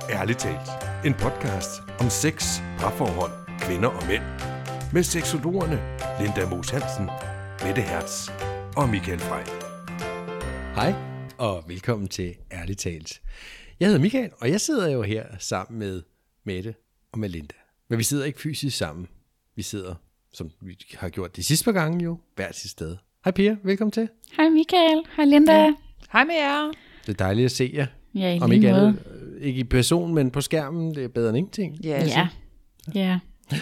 Ærligt talt. En podcast om sex, parforhold, kvinder og mænd. Med seksologerne Linda Moos Hansen, Mette Hertz og Michael Frey. Hej og velkommen til Ærligt talt. Jeg hedder Michael, og jeg sidder jo her sammen med Mette og med Linda. Men vi sidder ikke fysisk sammen. Vi sidder, som vi har gjort de sidste par gange jo, hvert sit sted. Hej Pia, velkommen til. Hej Michael, hej Linda. Ja. Hej med jer. Det er dejligt at se jer. Ja, i om lige ikke måde. andet, ikke i person, men på skærmen, det er bedre end ingenting. Ja. Ja.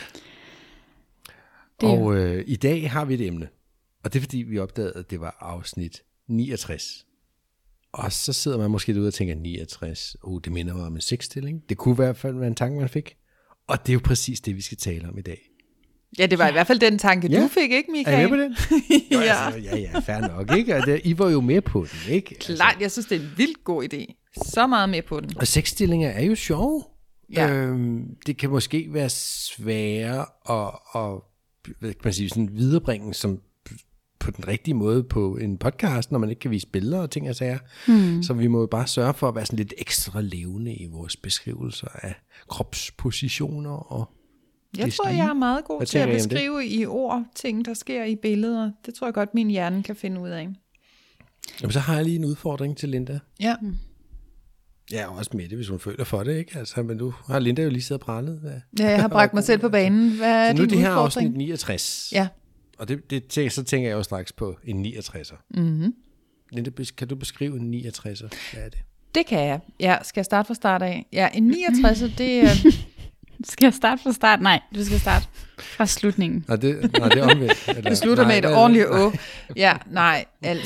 Og i dag har vi et emne, og det er fordi, vi opdagede, at det var afsnit 69. Og så sidder man måske derude og tænker, 69, det minder mig om en sexstilling. Det kunne i hvert fald være en tanke, man fik. Og det er jo præcis det, vi skal tale om i dag. Ja, det var i hvert fald den tanke, du fik, ikke Michael? Er I med på den? Ja. Ja, fair nok, ikke? Og I var jo med på den, ikke? Klart, jeg synes, det er en vildt god idé. Så meget med på den. Og sexstillinger er jo sjove. Ja. Det kan måske være svære at hvad kan man sige, sådan viderebringe som på den rigtige måde på en podcast, når man ikke kan vise billeder og ting og sager. Så vi må bare sørge for at være sådan lidt ekstra levende i vores beskrivelser af kropspositioner og Jeg tror, jeg er meget god til at tænker I om det? beskrive i ord ting, der sker i billeder. Det tror jeg godt, min hjerne kan finde ud af. Jamen, så har jeg lige en udfordring til Linda. Ja. Ja, og også Mette, hvis hun føler for det, ikke? Altså, men nu har Linda jo lige siddet og prallet. Ja, jeg har bragt mig selv på banen. Hvad er Så nu er din det her udfordring? afsnit 69. Ja. Og så tænker jeg jo straks på en 69'er. Mm-hmm. Linda, kan du beskrive en 69'er? Hvad er det? Det kan jeg. Ja, skal jeg starte fra start af? Ja, en 69'er, det er... Skal jeg starte fra start? Nej, du skal starte fra slutningen. Nej, det er omvendt. Eller, Det slutter med et ordentligt å. Ja, nej,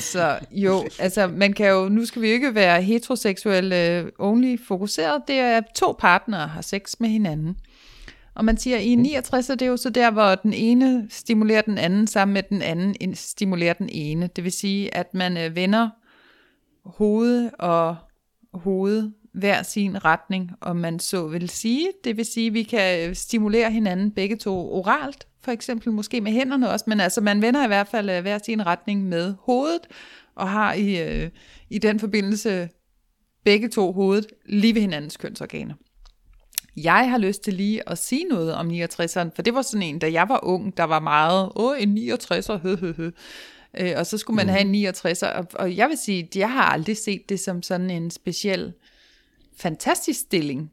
altså man kan jo, nu skal vi jo ikke være heteroseksuelle only fokuseret, det er to partnere har sex med hinanden. Og man siger, i 69, det er jo så der, hvor den ene stimulerer den anden, sammen med den anden stimulerer den ene. Det vil sige, at man vender hoved og hoved hver sin retning, om man så vil sige. Det vil sige, at vi kan stimulere hinanden begge to oralt, for eksempel måske med hænderne også, men altså man vender i hvert fald hver sin retning med hovedet, og har i den forbindelse begge to hovedet lige ved hinandens kønsorganer. Jeg har lyst til lige at sige noget om 69'eren, for det var sådan en, da jeg var ung, der var meget, en 69'er, og så skulle man have en 69'er, og jeg vil sige, at jeg har aldrig set det som sådan en speciel fantastisk stilling.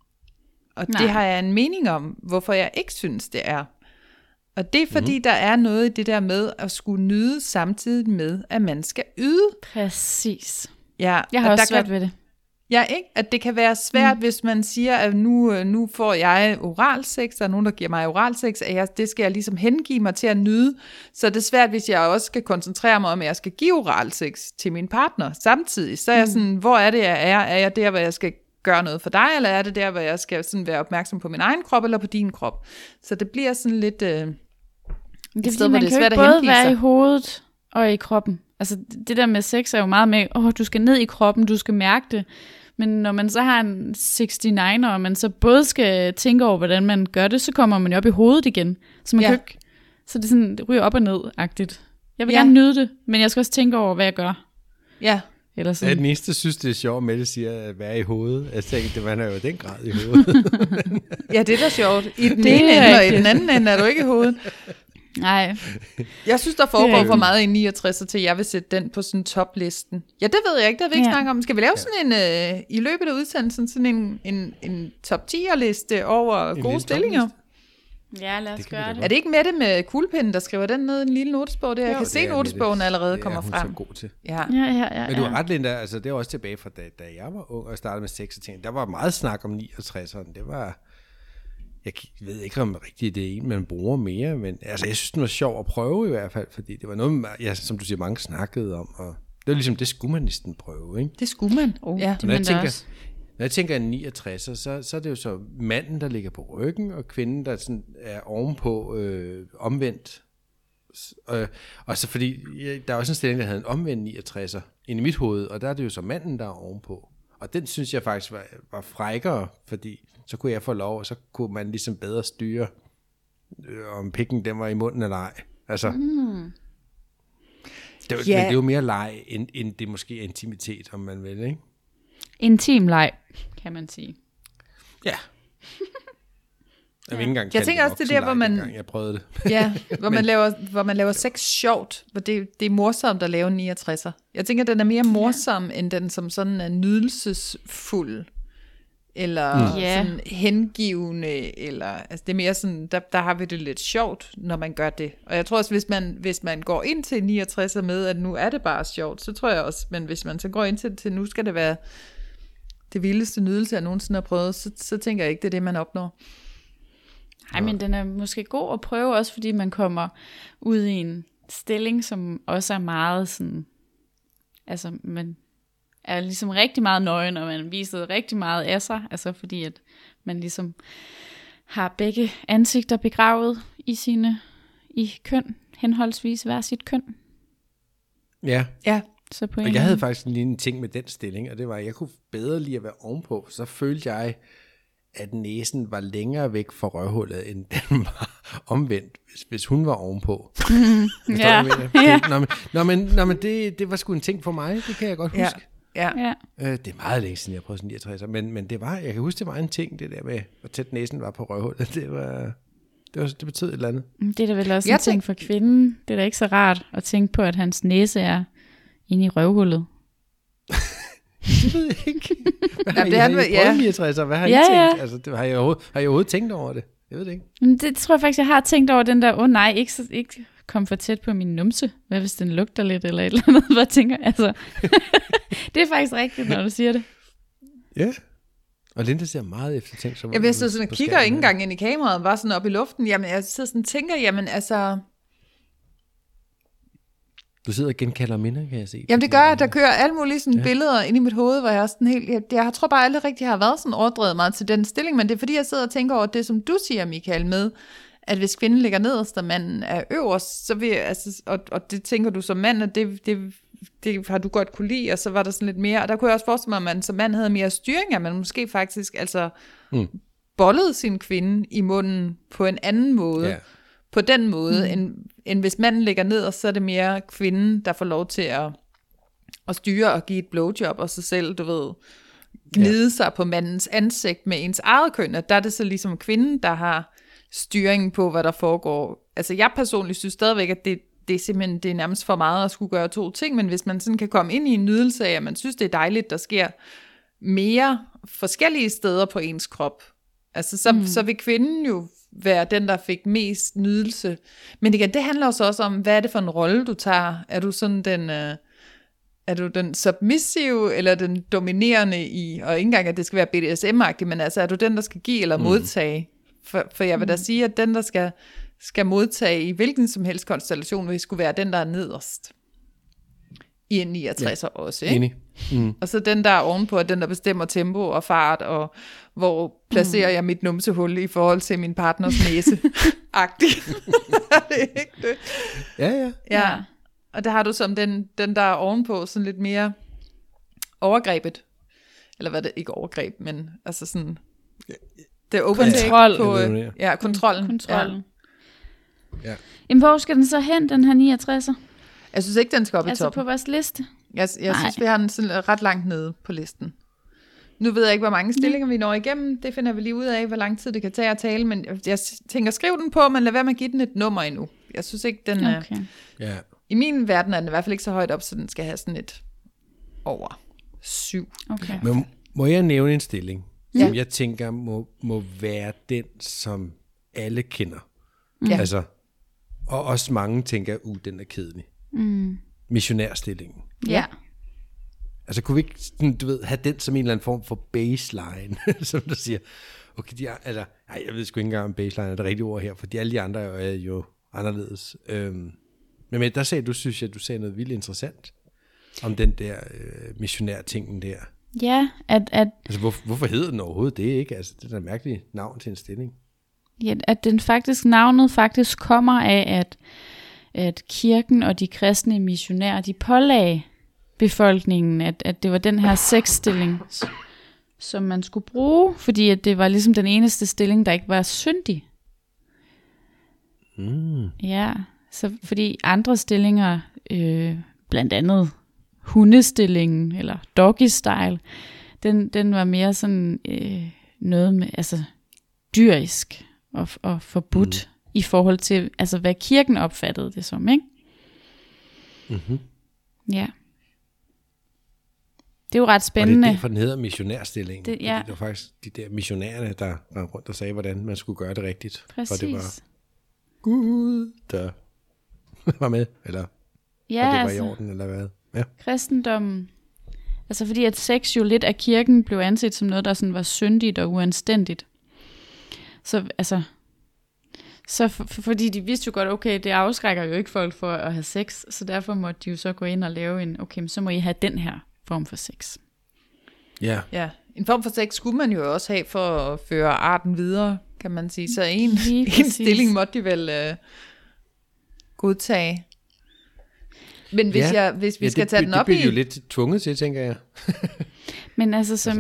Og Nej. det har jeg en mening om, hvorfor jeg ikke synes, det er. Og det er fordi, der er noget i det der med at skulle nyde samtidig med, at man skal yde. Præcis. Ja, Jeg har og også der svært kan, ved det. ja, ikke? At det kan være svært, hvis man siger, at nu får jeg oralsex, der er nogen, der giver mig oralsex, at det skal jeg ligesom hengive mig til at nyde. Så det er svært, hvis jeg også skal koncentrere mig om, at jeg skal give oralsex til min partner samtidig. Så er jeg sådan, hvor er det, jeg er? Er jeg der, hvor jeg skal gøre noget for dig, eller er det der, hvor jeg skal sådan være opmærksom på min egen krop, eller på din krop? Så det bliver sådan lidt... Det er fordi, sted, hvor man det er kan jo svært ikke at både hengive være sig. i hovedet og i kroppen. Altså det der med sex er jo meget med, du skal ned i kroppen, du skal mærke det. Men når man så har en 69'er, og man så både skal tænke over, hvordan man gør det, så kommer man jo op i hovedet igen. Så man kan jo ikke, så det, er sådan, det ryger op og ned-agtigt. Jeg vil gerne nyde det, men jeg skal også tænke over, hvad jeg gør. Ja. Eller Ja, sådan. den eneste synes, det er sjovt, at Mette siger, at være i hovedet. Jeg tænker, det man er jo i den grad i hovedet. Ja, det er da sjovt. I den Det ene er ende, og i rigtigt. den anden ende er du ikke i hovedet. Nej, Jeg synes, der Det foregår er for meget i 69, til jeg vil sætte den på sådan toplisten. Ja, det ved jeg ikke, det har vi ikke snakket om. Skal vi lave sådan en, i løbet af udsendelsen, sådan en top 10'er-liste over gode lille stillinger? ja, lad os Det kan vi gøre da det. Er det ikke Mette med kuglepinden, der skriver den ned i en lille notesbog? Jeg kan se, notesbogen allerede kommer frem. Det er hun så god til. Ja. Ja. Men du har ret, Linda, altså det er også tilbage fra da jeg var ung og startede med sex og ting. Der var meget snak om 69'eren. Det var, jeg ved ikke om rigtigt det er en, man bruger mere, men altså jeg synes, det var sjovt at prøve i hvert fald, fordi det var noget, som du siger, mange snakkede om, og det var ligesom, det skulle man næsten prøve, ikke? Det skulle man. Ja. Det mener jeg også. Når jeg tænker en 69'er, så er det jo så manden, der ligger på ryggen, og kvinden, der sådan er ovenpå omvendt. Og så fordi, der er også en stilling, der havde en omvendt 69'er inde i mit hoved, og der er det jo så manden, der er ovenpå. Og den synes jeg faktisk var frækkere, fordi så kunne jeg få lov, og så kunne man ligesom bedre styre, om pikken den var i munden eller ej. Altså, men det er jo mere leg, end det måske er intimitet, om man vil, ikke? Intim leg, kan man sige. Ja. Jeg vil ikke engang Jeg tænker også, det er der, hvor man... Jeg prøvede det. Ja, hvor man laver sex sjovt, hvor det er morsomt at lave en 69'er. Jeg tænker, den er mere morsom, end den som sådan er nydelsesfuld, eller sådan hengivende, eller, altså det er mere sådan, der har vi det lidt sjovt, når man gør det. Og jeg tror også, hvis man går ind til 69'er med, at nu er det bare sjovt, så tror jeg også, men hvis man så går ind til nu skal det være det vildeste nydelse, jeg nogensinde har prøvet, så tænker jeg ikke, det er det, man opnår. Nej, men den er måske god at prøve også, fordi man kommer ud i en stilling, som også er meget sådan, altså man er ligesom rigtig meget nøgen, og man viser rigtig meget af sig, altså fordi at man ligesom har begge ansigter begravet i køn, henholdsvis hver sit køn. Ja. Ja. Så på Og jeg havde faktisk en lille ting med den stilling, og det var, at jeg kunne bedre lide at være ovenpå, så følte jeg, at næsen var længere væk fra røvhullet, end den var omvendt, hvis hun var ovenpå. Ja. Men det var sgu en ting for mig, det kan jeg godt huske. Ja. Det er meget længe siden, jeg prøvede sådan 69, men det var, jeg kan huske, det var en ting, det der med, hvor tæt næsen var på røvhullet. Det betød et eller andet. Det er da vel også en ting for kvinden. Det er da ikke så rart at tænke på, at hans næse er inde i røvhullet. Det ved jeg ikke. Hvad har I prøvet 69? Hvad har I tænkt? Altså, har I overhovedet tænkt over det? Jeg ved det ikke. Det tror jeg faktisk, jeg har tænkt over den der, nej, ikke kom for tæt på min numse. Hvad hvis den lugter lidt, eller et eller andet, hvad jeg tænker. Altså, det er faktisk rigtigt, når du siger det. Ja. Og Linda ser meget efter ting, som... Jeg sidder sådan og kigger ikke engang ind i kameraet, bare sådan op i luften. Jamen, jeg sidder sådan og tænker, jamen altså... Du sidder og genkalder minder, kan jeg se. Jamen det gør jeg, der kører alle mulige sådan billeder ind i mit hoved, hvor jeg er sådan helt... Jeg tror bare aldrig rigtig har været sådan overdrevet meget til den stilling, men det er fordi, jeg sidder og tænker over det, som du siger, Michael, med, at hvis kvinden ligger nederst, og manden er øverst, så vil altså, og det tænker du som mand, at det har du godt kunne lide, og så var der sådan lidt mere, og der kunne jeg også forestille mig, at man som mand havde mere styring, at man måske faktisk altså bollede sin kvinde i munden på en anden måde. Yeah. På den måde, end hvis manden ligger ned, og så er det mere kvinden, der får lov til at styre og give et blowjob, og sig selv, du ved, gnide sig på mandens ansigt med ens eget køn, og der er det så ligesom kvinden, der har styringen på, hvad der foregår. Altså jeg personligt synes stadigvæk, at det er simpelthen, det er nærmest for meget at skulle gøre to ting, men hvis man sådan kan komme ind i en nydelse af, at man synes, det er dejligt, der sker mere forskellige steder på ens krop, altså så vil kvinden jo være den, der fik mest nydelse. Men igen, det handler også om, hvad er det for en rolle, du tager? Er du sådan er du den submissive, eller den dominerende i, og ikke engang, at det skal være BDSM-agtigt, men altså, er du den, der skal give eller modtage? For jeg vil da sige, at den, der skal modtage i hvilken som helst konstellation, vil skulle være den, der er nederst. I en 69'er også, ikke? Enig. Og så den, der er ovenpå, den, der bestemmer tempo og fart, og hvor placerer jeg mit numsehul i forhold til min partners næse. Agtigt. Det er ikke det. Ja. Og der har du som den, der er ovenpå, sådan lidt mere overgrebet. Eller hvad det, ikke overgreb, men altså sådan... Det er kontrol. Kontrollen. Ja. Jamen, hvor skal den så hen, den her 69'er? Jeg synes ikke, den skal op i toppen. Altså på vores liste? Jeg synes, vi har den sådan ret langt nede på listen. Nu ved jeg ikke, hvor mange stillinger vi når igennem. Det finder vi lige ud af, hvor lang tid det kan tage at tale. Men jeg tænker, skriv den på, men lad være med at give den et nummer endnu. Jeg synes ikke, den er... Okay. Ja. I min verden er den i hvert fald ikke så højt op, så den skal have sådan et over 7. Okay. Men må jeg nævne en stilling, som jeg tænker må være den, som alle kender? Ja. Altså, og også mange tænker, den er kedelig. Missionærstillingen. Ja. Altså kunne vi ikke, du ved, have den som en eller anden form for baseline, som du siger, okay, jeg ved sgu ikke engang om baseline er det rigtige ord her, for alle de andre er jo anderledes. Men der sagde du, synes jeg, du sagde noget vildt interessant om den der missionær-tingen der. Ja, altså hvorfor hedder den overhovedet det, ikke? Altså det er et mærkeligt navn til en stilling. Ja, at navnet faktisk kommer af, at kirken og de kristne missionærer, de pålagde befolkningen, at det var den her sexstilling, som man skulle bruge, fordi at det var ligesom den eneste stilling, der ikke var syndig. Ja, så fordi andre stillinger, blandt andet hundestillingen, eller doggy style, den var mere sådan noget med, altså dyrisk og forbudt i forhold til, altså hvad kirken opfattede det som, ikke? Mm-hmm. Ja. Det er jo ret spændende. Og det er derfor, den hedder missionærstilling. Det, ja. Det var faktisk de der missionærerne, der rendte rundt og sagde, hvordan man skulle gøre det rigtigt. Præcis. For det var Gud, der var med, eller ja, og det var altså, i orden, eller hvad? Ja. Kristendommen, altså fordi at sex jo lidt af kirken blev anset som noget, der sådan var syndigt og uanstændigt. Så altså, fordi de vidste jo godt, okay, det afskrækker jo ikke folk for at have sex, så derfor måtte de jo så gå ind og lave en, okay, men så må I have den her form for sex. Ja. Ja, en form for sex skulle man jo også have for at føre arten videre, kan man sige. Så en stilling måtte de vel godtage. Men hvis vi skal tage den op i... Det bliver jo lidt tvunget til, tænker jeg. Men altså,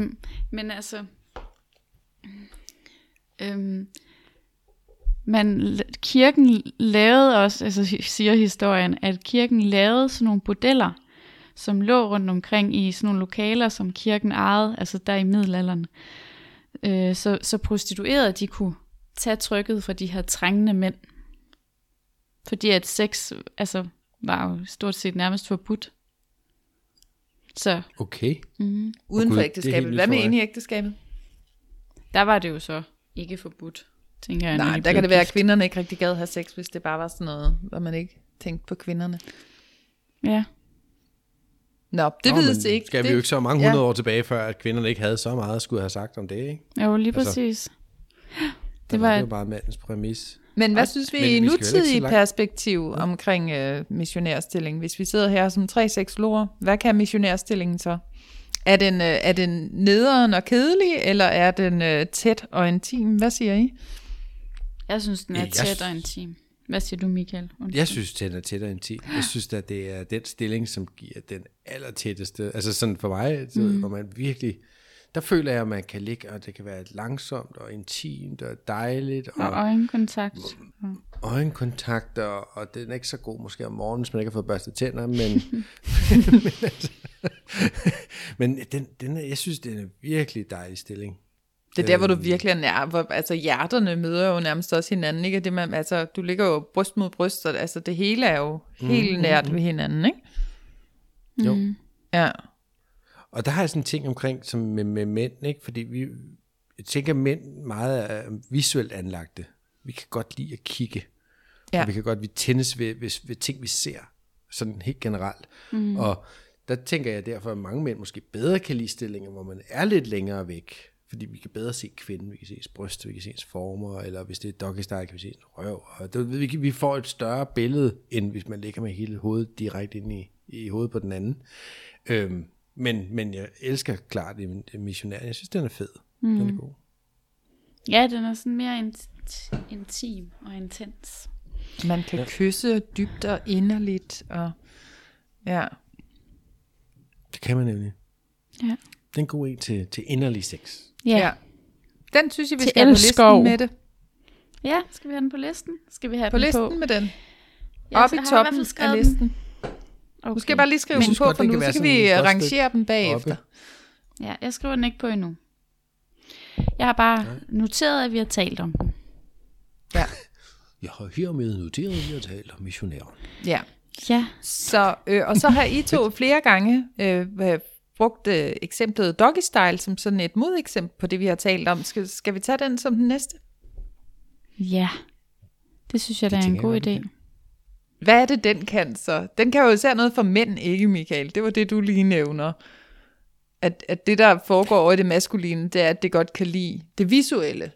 kirken lavede også, altså siger historien, at kirken lavede sådan nogle bordeller, som lå rundt omkring i sådan nogle lokaler, som kirken ejede, altså der i middelalderen. Så prostituerede, de kunne tage trykket fra de her trængende mænd. Fordi at sex altså, var jo stort set nærmest forbudt. Så, okay. Uden for ægteskabet. Hvad med inde i ægteskabet? Der var det jo så ikke forbudt, tænker jeg. Nej, der kan det være, at kvinderne ikke rigtig gad have sex, hvis det bare var sådan noget, hvor man ikke tænkte på kvinderne. Ja. Nå, det vides det ikke. Skal vi jo ikke så mange hundrede år tilbage, før at kvinderne ikke havde så meget at skulle have sagt om det, ikke? Jo, lige præcis. Det var jo bare mandens præmis. Men hvad synes vi i nutidig perspektiv omkring missionærstilling? Hvis vi sidder her som 3 seksologer, hvad kan missionærstillingen så? Er den nederen og kedelig, eller er den tæt og intim? Hvad siger I? Jeg synes, den er tæt og intim. Hvad siger du, Michael? Jeg synes, den er tæt og intim. Jeg synes, at det er den stilling, som giver den allertætteste. Altså sådan for mig, hvor man virkelig... Der føler jeg, at man kan ligge, og det kan være langsomt og intimt og dejligt. Og øjenkontakt. Øjenkontakt, og den er ikke så god måske om morgenen, hvis man ikke har fået børstet tænder, men jeg synes, det er en virkelig dejlig stilling. Det er der, hvor du virkelig er nær, hvor altså hjerterne møder jo nærmest også hinanden, ikke? Det man, altså, du ligger jo bryst mod bryst, så altså det hele er jo helt nært ved hinanden, ikke? Jo. Ja. Og der har jeg sådan en ting omkring som med mænd, ikke? Fordi jeg tænker, mænd meget er visuelt anlagte. Vi kan godt lide at kigge. Ja. Og vi kan godt vi tændes ved ting, vi ser. Sådan helt generelt. Og der tænker jeg derfor, at mange mænd måske bedre kan lide stillinger, hvor man er lidt længere væk. Fordi vi kan bedre se kvinden, vi kan se hendes bryst, vi kan se hendes former, eller hvis det er doggy style, kan vi se hendes røv. Og vi får et større billede, end hvis man ligger med hele hovedet direkte ind i hovedet på den anden. Men jeg elsker klart missionæren. Jeg synes, den er fed. Den er god. Ja, den er sådan mere intim og intens. Man kan kysse dybt og inderligt. Og ja. Det kan man nemlig. Ja. Det er en god en til inderlig sex. Ja. Den synes jeg, vi til skal have på listen med det. Ja, skal vi have den på listen? Skal vi have på den listen på? med den? Ja, op i toppen af listen. Okay. Nu skal jeg bare lige skrive den på, for nu så kan vi rangere den bagefter. Ja, jeg skriver den ikke på endnu. Jeg har bare noteret, at vi har talt om den. Ja. Jeg har hermed noteret, at vi har talt om missionæren. Ja. Ja. Så, og så har I to flere gange brugt eksemplet doggy style som sådan et modeksempel på det, vi har talt om. Skal vi tage den som den næste? Ja, det synes jeg, det er en god idé. Hvad er det, den kan så? Den kan jo især noget for mænd, ikke Michael? Det var det, du lige nævner. At det, der foregår over i det maskuline, det er, at det godt kan lide det visuelle.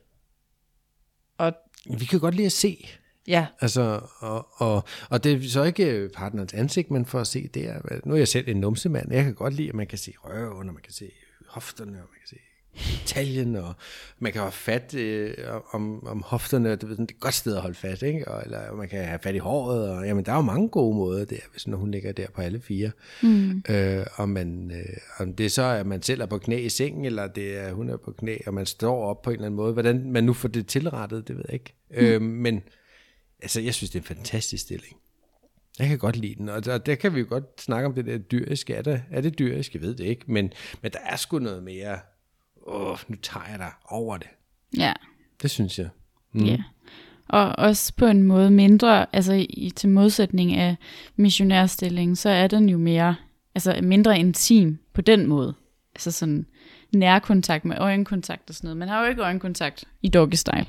Og vi kan godt lide at se. Ja. Altså, og det er så ikke partnerens ansigt, man får at se det. Nu er jeg selv en numsemand. Jeg kan godt lide, at man kan se røven, og man kan se hofterne, og man kan se taljen, og man kan have fat om hofterne, det er et godt sted at holde fat, ikke? Eller man kan have fat i håret, og jamen, der er jo mange gode måder der, hvis når hun ligger der på alle 4. Om det så er, at man selv er på knæ i sengen, eller det er, hun er på knæ, og man står op på en eller anden måde. Hvordan man nu får det tilrettet, det ved jeg ikke. Men altså, jeg synes, det er en fantastisk stilling. Jeg kan godt lide den, og der kan vi jo godt snakke om det der dyriske. Er det dyrisk? Jeg ved det ikke, men der er sgu noget mere nu tager jeg dig over det. Ja. Det synes jeg. Ja. Og også på en måde mindre, altså til modsætning af missionærstilling, så er den jo mere, altså mindre intim på den måde. Altså sådan nærkontakt med øjenkontakt og sådan noget. Man har jo ikke øjenkontakt i doggy style.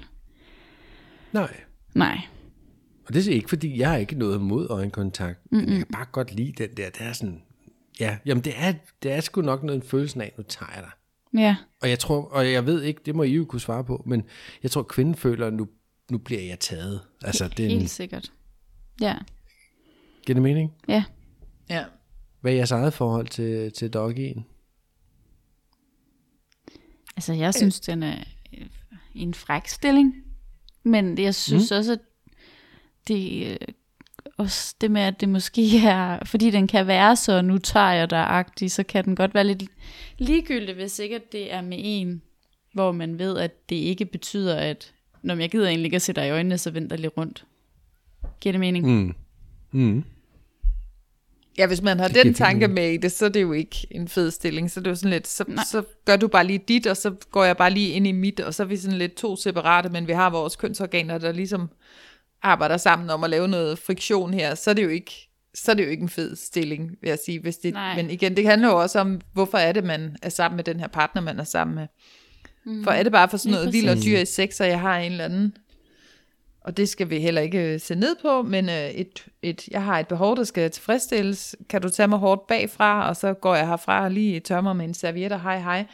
Nej. Og det er ikke, fordi jeg har ikke noget imod øjenkontakt. Men jeg kan bare godt lide den der. Det er sådan, ja, jamen det er sgu nok noget en følelse af, nu tager jeg dig. Ja. Og jeg tror, og jeg ved ikke, det må I jo kunne svare på, men jeg tror, kvinden føler, nu bliver jeg taget. Altså, det er helt sikkert. Ja. Giver det mening? Ja. Ja. Hvad er jeres eget forhold til doggyen? Altså, jeg synes, den er en fræk stilling. Men jeg synes også, at det også det med, at det måske er, fordi den kan være så, nu tager jeg dig-agtig, så kan den godt være lidt ligegyldig, hvis ikke at det er med en, hvor man ved, at det ikke betyder, at når jeg gider egentlig ikke at se dig i øjnene, så venter lidt rundt. Giver det mening? Ja, hvis man har den tanke med i det, så er det jo ikke en fed stilling. Så det er jo sådan lidt, så gør du bare lige dit, og så går jeg bare lige ind i mit, og så er vi sådan lidt to separate, men vi har vores kønsorganer, der ligesom arbejder sammen om at lave noget friktion her, så er det jo ikke en fed stilling, vil jeg sige. Hvis det, men igen, det handler jo også om, hvorfor er det, man er sammen med den her partner, man er sammen med. For er det bare for sådan noget vild og dyr i sex, og jeg har en eller anden, og det skal vi heller ikke se ned på, men jeg har et behov, der skal tilfredsstilles. Kan du tage mig hårdt bagfra, og så går jeg herfra og lige tørmer med en serviet og hej.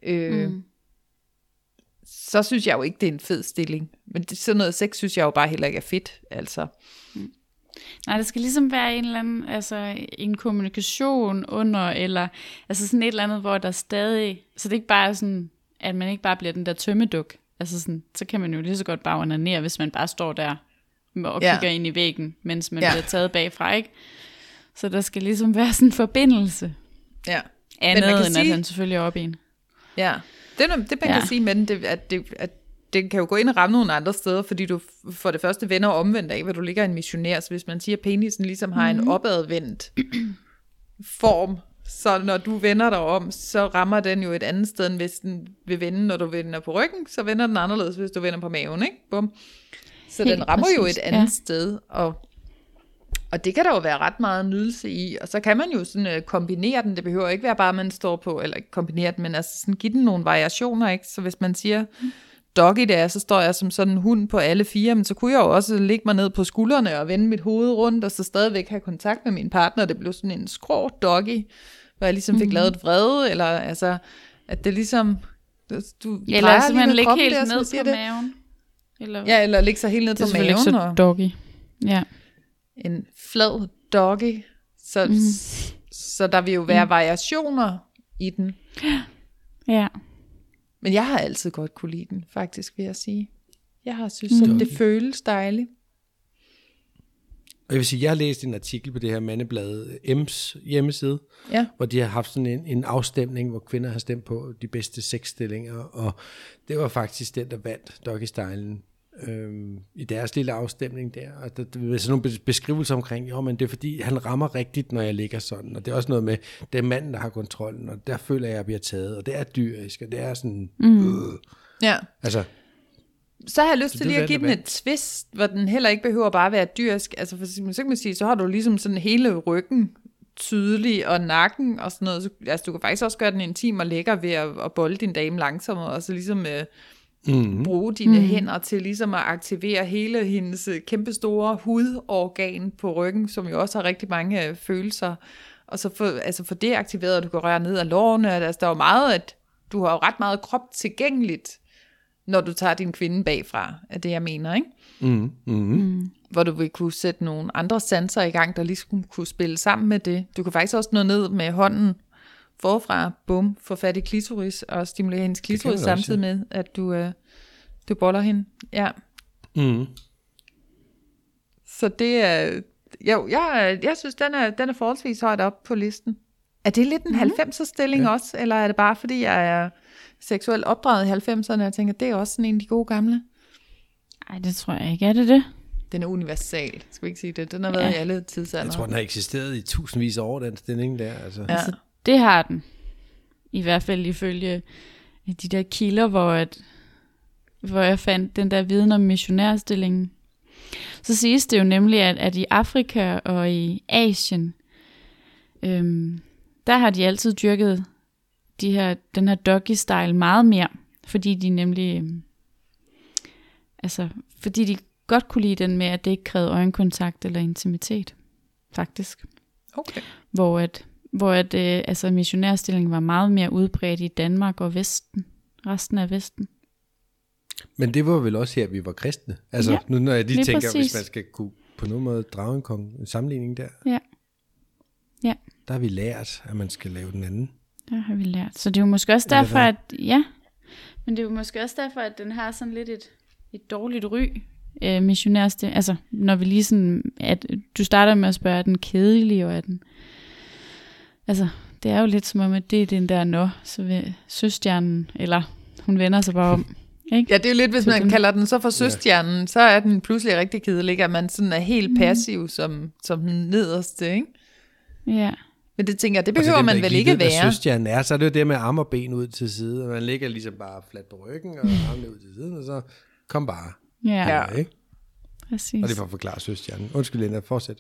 Så synes jeg jo ikke, det er en fed stilling. Men sådan noget sex, synes jeg jo bare heller ikke er fedt, altså. Nej, det skal ligesom være en eller anden, altså en kommunikation under, eller altså sådan et eller andet, hvor der stadig, så det ikke bare er sådan, at man ikke bare bliver den der tømmeduk. Altså sådan, så kan man jo lige så godt bare onanere, hvis man bare står der og kigger ind i væggen, mens man bliver taget bagfra, ikke? Så der skal ligesom være sådan en forbindelse. Ja. Andet end at han selvfølgelig er oppe i en. Ja, det man kan sige med den, at det kan jo gå ind og ramme nogle andre steder, fordi du for det første vender omvendt af, hvor du ligger en missionær. Så hvis man siger, at penisen ligesom har en opadvendt form, så når du vender dig om, så rammer den jo et andet sted, end hvis den vil vende, når du vender på ryggen, så vender den anderledes, hvis du vender på maven, ikke? Bum. Så helt den rammer præcis, jo et andet sted, og det kan der jo være ret meget nydelse i, og så kan man jo sådan kombinere den, det behøver ikke være bare, man står på, eller ikke kombinere den, men altså sådan give den nogle variationer, ikke? Så hvis man siger, doggy der, så står jeg som sådan en hund på alle fire, men så kunne jeg jo også lægge mig ned på skuldrene og vende mit hoved rundt, og så stadigvæk have kontakt med min partner, det blev sådan en skrå doggy, hvor jeg ligesom fik lavet et vrede, eller altså, at det ligesom, du eller så man ligger helt der, ned på maven. Eller ligge sig helt ned på maven. Det er så doggy. Ja. En flad doggy. Så der vil jo være variationer i den. Ja. Men jeg har altid godt kunne lide den, faktisk, vil jeg sige. Jeg har synes, at det føles dejligt. Og jeg vil sige, jeg har læst en artikel på det her mandeblad M's hjemmeside, hvor de har haft sådan en afstemning, hvor kvinder har stemt på de bedste sexstillinger, og det var faktisk den, der vandt doggy-stylen i deres lille afstemning der. Og der er sådan nogle beskrivelser omkring, jo, men det er fordi, han rammer rigtigt, når jeg ligger sådan, og det er også noget med, det er manden, der har kontrollen, og der føler jeg, at jeg bliver taget, og det er dyrisk, og det er sådan... Ja. Altså... Så har jeg lyst til lige at give den et twist, hvor den heller ikke behøver bare at være dyrisk. Altså for så kan man sige, så har du ligesom sådan hele ryggen tydelig, og nakken og sådan noget. Så, altså du kan faktisk også gøre den intim og lækker ved at bolde din dame langsommere, og så ligesom bruge dine hænder til ligesom at aktivere hele hendes kæmpestore hudorgan på ryggen, som jo også har rigtig mange følelser. Og så få det aktiveret, og du kan røre ned ad lårene. Altså der er jo meget, at du har jo ret meget krop tilgængeligt, når du tager din kvinde bagfra, er det, jeg mener, ikke? Hvor du vil kunne sætte nogle andre sanser i gang, der ligesom kunne spille sammen med det. Du kan faktisk også nå ned med hånden forfra, bum, få fat i klitoris, og stimulere hendes klitoris samtidig med, at du boller hende. Ja. Så det er... Jo, jeg synes, den er forholdsvis højt op på listen. Er det lidt en 90'er stilling også, eller er det bare, fordi jeg er seksuelt opdraget i 90'erne, og jeg tænker, det er også sådan en af de gode gamle? Nej, det tror jeg ikke. Er det det? Den er universal, skal vi ikke sige det? Den har været i alle tidsalder. Jeg tror, den har eksisteret i tusindvis af år, den stilling der. Altså. Altså, det har den. I hvert fald ifølge de der kilder, hvor jeg fandt den der viden om missionærstillingen. Så siges det jo nemlig, at i Afrika og i Asien, der har de altid dyrket den her doggy-style meget mere, fordi de nemlig, fordi de godt kunne lide den med, at det ikke krævede øjenkontakt eller intimitet, faktisk. Okay. Hvor missionærstillingen var meget mere udbredt i Danmark og resten af Vesten. Men det var vel også her, vi var kristne. Altså, ja, nu når jeg lige tænker, præcis. hvis man skal kunne på nogen måde drage en sammenligning der. Ja. Ja. Der har vi lært, at man skal lave den anden. Der har vi lært. Så det er jo måske også derfor, men det er jo måske også derfor, at den har sådan lidt et dårligt ry, missionærstil. Altså, når vi lige sådan, at du starter med at spørge, er den kedelig, og er den... Altså, det er jo lidt som om, at det er den der så vil søstjernen, eller hun vender sig bare om. Ikke? Ja, det er jo lidt, hvis man kalder den så for søstjernen, så er den pludselig rigtig kedelig, at man sådan er helt passiv som den nederste, ikke? Ja. Men det tænker jeg, det behøver man vel ikke være. Hvad søstjernen er, så er det jo det med arme og ben ud til side, og man ligger ligesom bare fladt på ryggen, og armene ud til siden, og så kom bare. Ja, ikke? Præcis. Og det er for at forklare søstjernen. Undskyld, Linda, fortsæt.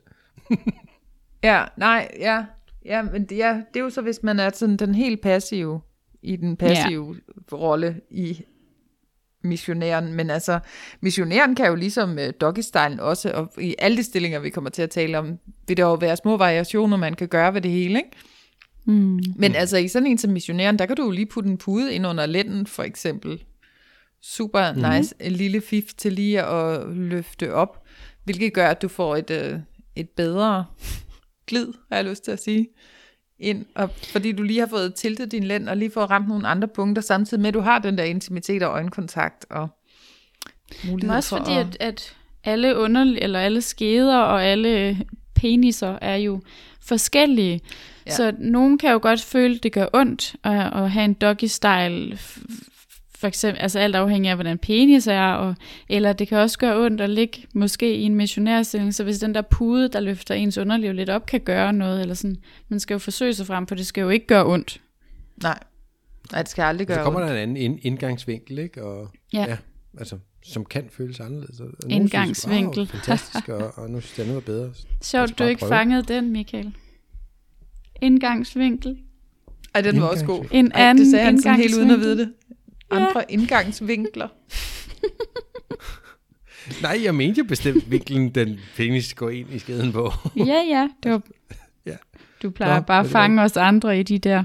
Men det er jo så, hvis man er sådan den helt passive, i den passive rolle i missionæren, men altså, missionæren kan jo ligesom doggy-stylen også, og i alle de stillinger, vi kommer til at tale om, vil der jo være små variationer, man kan gøre ved det hele, ikke? Men altså, i sådan en som missionæren, der kan du jo lige putte en pude ind under lænden, for eksempel. Super nice, en lille fif til lige at løfte op, hvilket gør, at du får et bedre glid, har jeg lyst til at sige, ind, og fordi du lige har fået tiltet din lænd, og lige fået ramt nogle andre punkter, samtidig med, at du har den der intimitet og øjenkontakt, og mulighed også for fordi, at alle alle skeder og alle peniser er jo forskellige, så nogen kan jo godt føle, at det gør ondt at have en doggy-style, for eksempel, altså alt afhængig af, hvordan penis er, eller det kan også gøre ondt at ligge måske i en missionærstilling, så hvis den der pude, der løfter ens underliv lidt op, kan gøre noget, eller sådan, man skal jo forsøge sig frem, for det skal jo ikke gøre ondt. Nej, det skal aldrig gøre ondt. Så kommer der en anden indgangsvinkel, ikke? Og, altså, som kan føles anderledes. Indgangsvinkel. Synes, fantastisk, og nu synes jeg, det var bedre. Sjovt, du ikke fangede den, Michael. Indgangsvinkel. Ej, den var også god. En anden det sagde han sådan helt uden at vide det. Ja. Andre indgangsvinkler. Nej, jeg mente jo bestemt vinklen, den penis går ind i skeden på. Ja, det var... Du plejer bare at fange os andre i de der...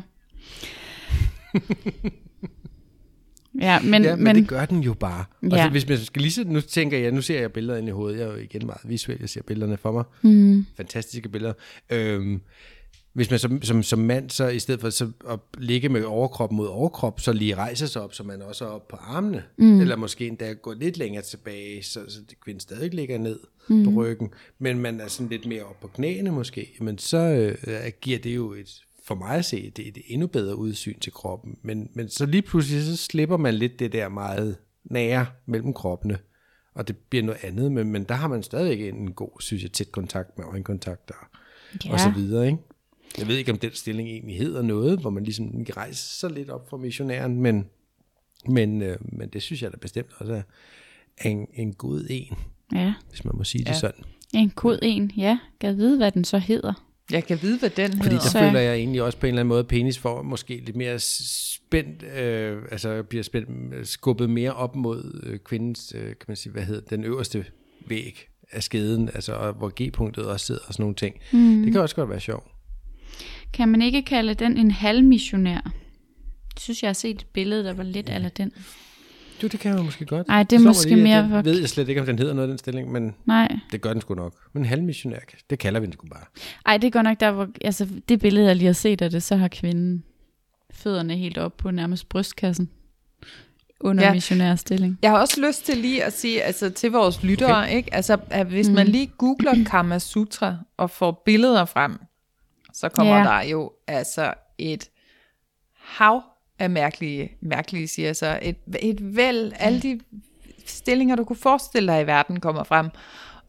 men det gør den jo bare. Altså, hvis man skal lige nu tænker jeg, nu ser jeg billeder ind i hovedet. Jeg er jo igen meget visuel, jeg ser billederne for mig. Fantastiske billeder. Hvis man som mand, så i stedet for så at ligge med overkrop mod overkrop, så lige rejser sig op, så man også er op på armene. Eller måske endda går lidt længere tilbage, så kvinden stadig ligger ned på ryggen. Men man er sådan lidt mere op på knæene måske. Men så giver det jo for mig at se, det er et endnu bedre udsyn til kroppen. Men så lige pludselig, så slipper man lidt det der meget nære mellem kroppene. Og det bliver noget andet, men der har man stadig en god, synes jeg, tæt kontakt med øjenkontakt og så videre, ikke? Jeg ved ikke, om den stilling egentlig hedder noget, hvor man ligesom rejser sig lidt op fra missionæren, men det synes jeg da bestemt også er en god en, hvis man må sige det sådan. En god en, ja. Kan jeg vide, hvad den så hedder? Jeg kan vide, hvad den hedder. Fordi der føler jeg egentlig også på en eller anden måde, penis får måske lidt mere spændt, bliver skubbet mere op mod kvindens, kan man sige, den øverste væg af skeden, altså hvor G-punktet også sidder og sådan nogle ting. Det kan også godt være sjovt. Kan man ikke kalde den en halvmissionær? Jeg synes, jeg har set et billede, der var lidt eller den. Jo, det kan man måske godt. Nej, det er måske mere... Jeg ved jeg slet ikke, om den hedder noget den stilling, men det gør den sgu nok. Men halvmissionær, det kalder vi den sgu bare. Ej, det er godt nok der, hvor... Altså, det billede, jeg lige har set af det, så har kvinden fødderne helt op på nærmest brystkassen. Under missionærstilling. Jeg har også lyst til lige at sige, altså til vores lyttere, ikke? Altså, at hvis man lige googler Kama Sutra og får billeder frem, så kommer der jo altså et hav af mærkelige siger så, et væld, alle de stillinger, du kunne forestille dig i verden, kommer frem.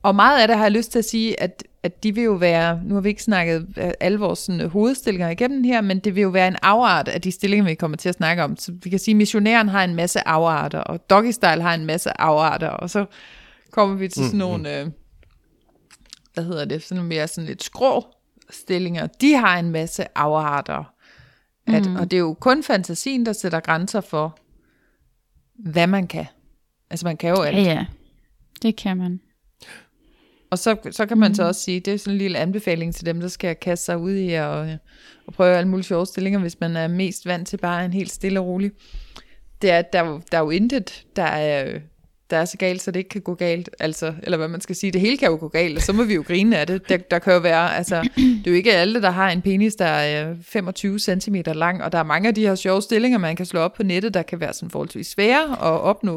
Og meget af det har jeg lyst til at sige, at de vil jo være, nu har vi ikke snakket alle vores sådan, hovedstillinger igennem her, men det vil jo være en afart af de stillinger, vi kommer til at snakke om. Så vi kan sige, at missionæren har en masse afarter, og Doggy Style har en masse afarter, og så kommer vi til sådan nogle, sådan mere sådan lidt skrå stillinger. De har en masse afarter. Og det er jo kun fantasien, der sætter grænser for, hvad man kan. Altså man kan jo alt. Ja, det kan man. Og så kan man så også sige, det er sådan en lille anbefaling til dem, der skal kaste sig ud i og prøve alle mulige sjove stillinger, hvis man er mest vant til bare en helt stille og rolig. Det er, at der er jo intet, der er så galt, så det ikke kan gå galt. Altså, eller hvad man skal sige, det hele kan jo gå galt, og så må vi jo grine af det. Der kan jo være, altså, det er jo ikke alle, der har en penis, der er 25 cm lang, og der er mange af de her sjove stillinger, man kan slå op på nettet, der kan være sådan forholdsvis svære at opnå,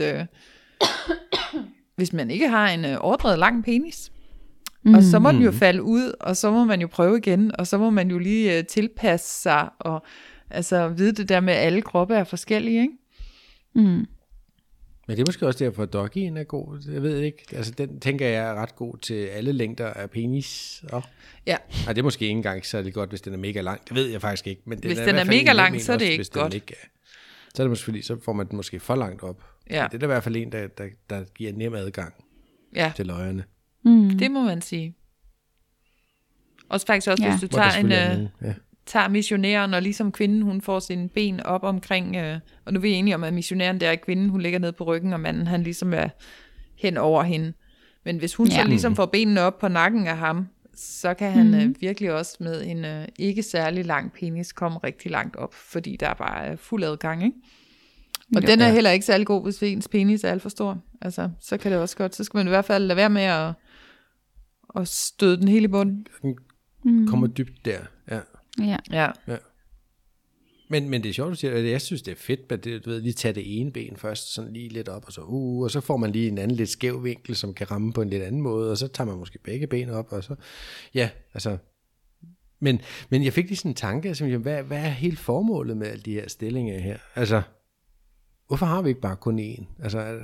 hvis man ikke har en overdrevet lang penis. Og så må den jo falde ud, og så må man jo prøve igen, og så må man jo lige tilpasse sig, og altså vide det der med, at alle kroppe er forskellige, ikke? Men det er måske også derfor, at Doggyen er god. Jeg ved ikke. Altså, den tænker jeg er ret god til alle længder af penis. Ja. Nej, det er måske ikke engang særlig godt, hvis den er mega lang. Det ved jeg faktisk ikke. Men hvis den er mega lang, så er det ikke godt. Så er det måske, så får man den måske for langt op. Ja. Men det er da i hvert fald en, der giver nem adgang til løjerne. Det må man sige. Også faktisk også, hvis du tager missionæren, og ligesom kvinden, hun får sine ben op omkring, og nu er vi enige om, at missionæren, der er kvinden, hun ligger ned på ryggen, og manden, han ligesom er hen over hende. Men hvis hun så ligesom får benene op på nakken af ham, så kan han virkelig også med en ikke særlig lang penis komme rigtig langt op, fordi der er bare fuld adgang, ikke? Og den er heller ikke særlig god, hvis ens penis er alt for stor. Altså, så kan det også godt. Så skal man i hvert fald lade være med at støde den hele i bunden. Den kommer dybt der, Ja. Men det er sjovt, du siger, at jeg synes, det er fedt, at du ved, lige tage det ene ben først, sådan lige lidt op, og så får man lige en anden lidt skæv vinkel, som kan ramme på en lidt anden måde, og så tager man måske begge ben op, og så, altså, men jeg fik lige sådan en tanke, altså, hvad er helt formålet med alle de her stillinger her? Altså, hvorfor har vi ikke bare kun én? Altså,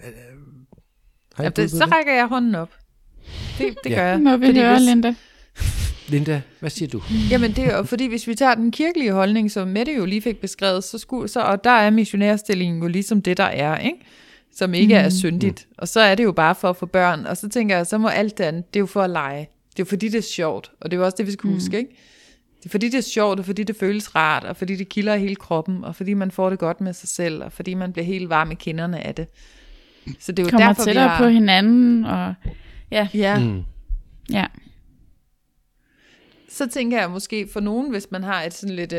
så rækker jeg hånden op. Det gør jeg. Må vi høre, Linda? Linda, hvad siger du? Jamen det er jo, fordi hvis vi tager den kirkelige holdning, som Mette jo lige fik beskrevet, og der er missionærstillingen jo ligesom det, der er, ikke? Som ikke er syndigt. Og så er det jo bare for at få børn. Og så tænker jeg, så må alt det andet, det er jo for at lege. Det er jo fordi, det er sjovt. Og det er jo også det, vi skal huske, ikke? Det er fordi, det er sjovt, og fordi det føles rart, og fordi det kilder hele kroppen, og fordi man får det godt med sig selv, og fordi man bliver helt varm i kinderne af det. Så det er jo kommer derfor, tættere på hinanden, og ja. Så tænker jeg måske for nogen, hvis man har et sådan lidt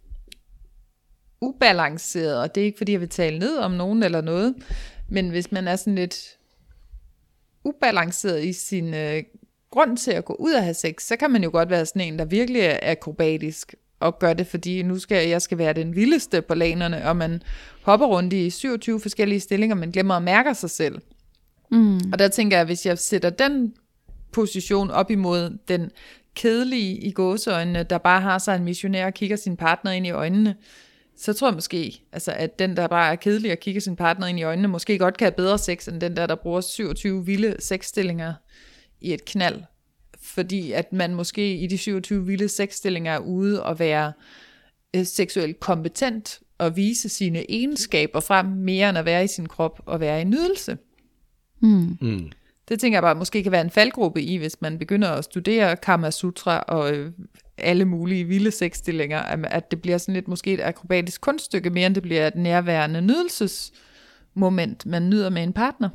ubalanceret, og det er ikke fordi, jeg vil tale ned om nogen eller noget, men hvis man er sådan lidt ubalanceret i sin grund til at gå ud og have sex, så kan man jo godt være sådan en, der virkelig er akrobatisk, og gør det, fordi nu skal jeg være den vildeste på lanerne, og man hopper rundt i 27 forskellige stillinger, man glemmer at mærke sig selv. Og der tænker jeg, hvis jeg sætter den position op imod den kedelige i gåseøjnene, der bare har sig en missionær og kigger sin partner ind i øjnene, så tror jeg måske, altså, at den, der bare er kedelig og kigger sin partner ind i øjnene, måske godt kan have bedre sex, end den der bruger 27 vilde sexstillinger i et knald. Fordi at man måske i de 27 vilde sexstillinger er ude og være seksuelt kompetent og vise sine egenskaber frem, mere end at være i sin krop og være i nydelse. Det tænker jeg bare, måske kan være en faldgruppe i, hvis man begynder at studere Kama Sutra og alle mulige vilde sexstillinger, at det bliver sådan lidt måske et akrobatisk kunststykke, mere end det bliver et nærværende nydelsesmoment, man nyder med en partner.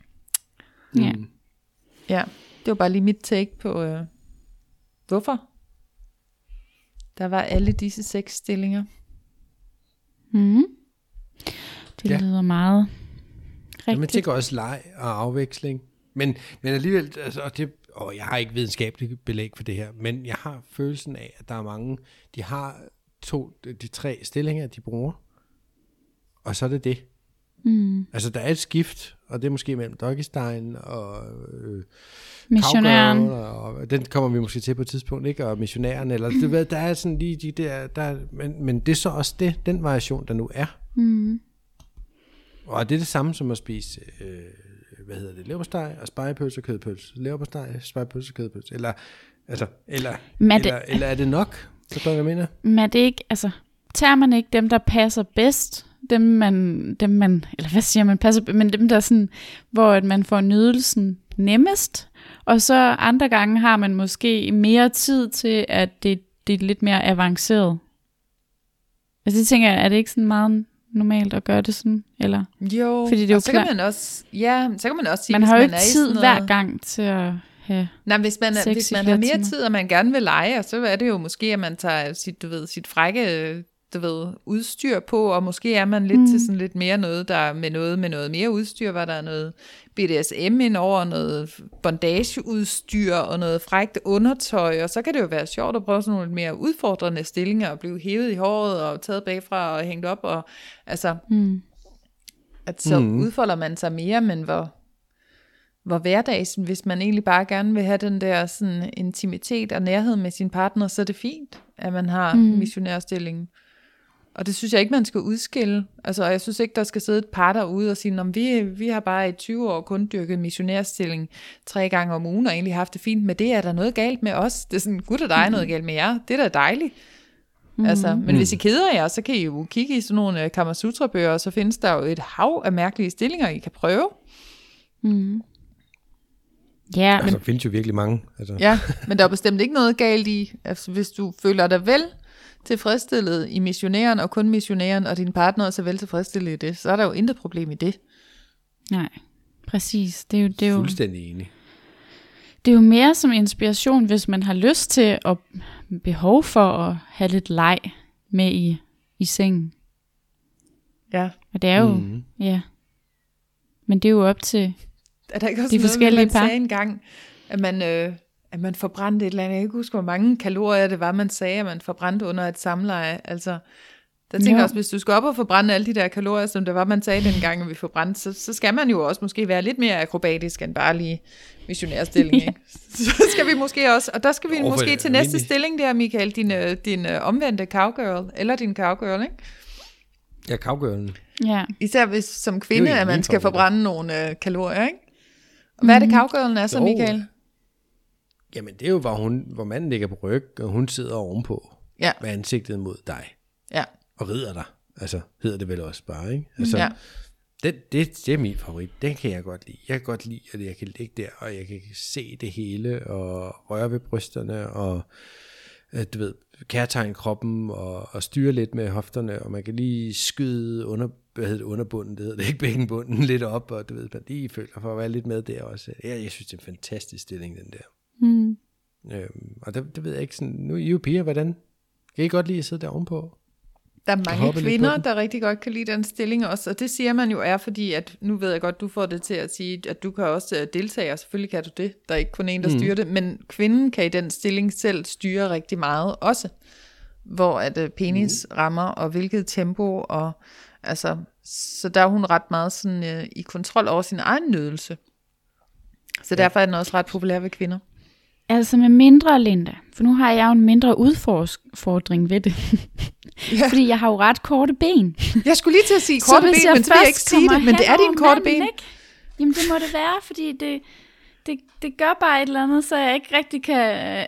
Ja, det var bare lige mit take på, hvorfor der var alle disse sexstillinger. Det lyder meget rigtigt. Ja, man tænker også leg og afveksling. Men alligevel, altså, jeg har ikke videnskabeligt belæg for det her, men jeg har følelsen af, at der er mange, de har de 3 stillinger, de bruger, og så er det. Altså, der er et skift, og det er måske mellem Doggy Style og missionæren, og den kommer vi måske til på et tidspunkt, ikke? Og missionæren, eller du ved, der er sådan lige de der men det er så også den variation, der nu er. Og det er det samme som at spise leverpostej og spegepølse og kødpølse. Leverpostej, spegepølse og kødpølse. Eller er det nok? Så hvad jeg mener? Men er det ikke, altså, tager man ikke dem, der passer bedst? Dem man, eller hvad siger man, passer, men dem der sådan, hvor at man får nydelsen nemmest, og så andre gange har man måske mere tid til, at det er lidt mere avanceret. Altså det tænker jeg, er det ikke sådan meget normalt at gøre det sådan, eller? Jo, fordi det er jo så kan man også, så kan man også sige, man har jo ikke er tid hver gang til at have. Nej, hvis man har mere tid, og man gerne vil lege, så er det jo måske, at man tager sit frække, udstyr på, og måske er man lidt til sådan lidt mere noget, der med noget mere udstyr, hvor der er noget BDSM ind over, noget bondageudstyr og noget frækt undertøj, og så kan det jo være sjovt at prøve sådan nogle lidt mere udfordrende stillinger, og blive hævet i håret og taget bagfra og hængt op, og altså, at så udfolder man sig mere, men hvor hverdagsen, hvis man egentlig bare gerne vil have den der sådan intimitet og nærhed med sin partner, så er det fint, at man har missionærstillingen. Og det synes jeg ikke, man skal udskille. Altså, jeg synes ikke, der skal sidde et par derude og sige, om vi har bare i 20 år kun dyrket missionærstilling 3 gange om ugen, og egentlig haft det fint med det. Er der noget galt med os? Det er sådan, gud, der er noget galt med jer. Det er da dejligt. Altså, men hvis I keder jer, så kan I jo kigge i sådan nogle Kamasutra-bøger, og så findes der jo et hav af mærkelige stillinger, I kan prøve. Ja, men der findes jo virkelig mange. Altså. Ja, men der er bestemt ikke noget galt i, altså hvis du føler dig vel tilfredsstillet i missionæren, og kun missionæren, og din partner er så vel tilfredsstillet i det, så er der jo intet problem i det. Nej, præcis. Det er jo fuldstændig enig. Det er jo mere som inspiration, hvis man har lyst til og behov for at have lidt leg med i sengen. Ja. Og det er jo, ja. Men det er jo op til er der ikke også de noget, forskellige man sagde engang, at man forbrændte et eller andet. Jeg kan ikke huske, hvor mange kalorier det var, man sagde, at man forbrændte under et samleje. Altså, der tænker jeg også, hvis du skal op og forbrænde alle de der kalorier, som det var, man sagde dengang, at vi forbrændte, så skal man jo også måske være lidt mere akrobatisk end bare lige missionærstilling. Ikke? Så skal vi måske også, og der skal vi måske til næste stilling der, Michael, din omvendte cowgirl, eller din cowgirl, ikke? Ja, cowgirlen. Ja. Især hvis som kvinde, at man skal forbrænde nogle kalorier, ikke? Og hvad er det cowgirlen er så, Michael? Jamen, det er jo, hvor manden ligger på ryg, og hun sidder ovenpå med ansigtet mod dig. Ja. Og rider dig. Altså, hedder det vel også bare, ikke? Altså, det er min favorit. Den kan jeg godt lide. Jeg kan godt lide, at jeg kan ligge der, og jeg kan se det hele, og røre ved brysterne, og kærtegne kroppen, og styre lidt med hofterne, og man kan lige skyde underbunden, det hedder det ikke, bækkenbunden lidt op, og man lige føler for at være lidt med der også. Jeg synes, det er en fantastisk stilling, den der. Og det ved jeg ikke sådan, nu er I jo piger, hvordan? Kan I godt lide at sidde der ovenpå? Der er mange kvinder, der rigtig godt kan lide den stilling også, og det siger man jo er, fordi at, nu ved jeg godt, du får det til at sige, at du kan også deltage, og selvfølgelig kan du det, der er ikke kun en, der styrer det, men kvinden kan i den stilling selv styre rigtig meget også, hvor at penis rammer, og hvilket tempo, og altså, så der er hun ret meget sådan i kontrol over sin egen nydelse. Så derfor er den også ret populær ved kvinder. Altså med mindre, Linda, for nu har jeg jo en mindre udfordring ved det. Fordi jeg har jo ret korte ben. Jeg skulle lige til at sige korte ben, men så vil jeg ikke sige det, men det er dine korte ben. Ikke? Jamen det må det være, fordi det gør bare et eller andet, så jeg ikke rigtig kan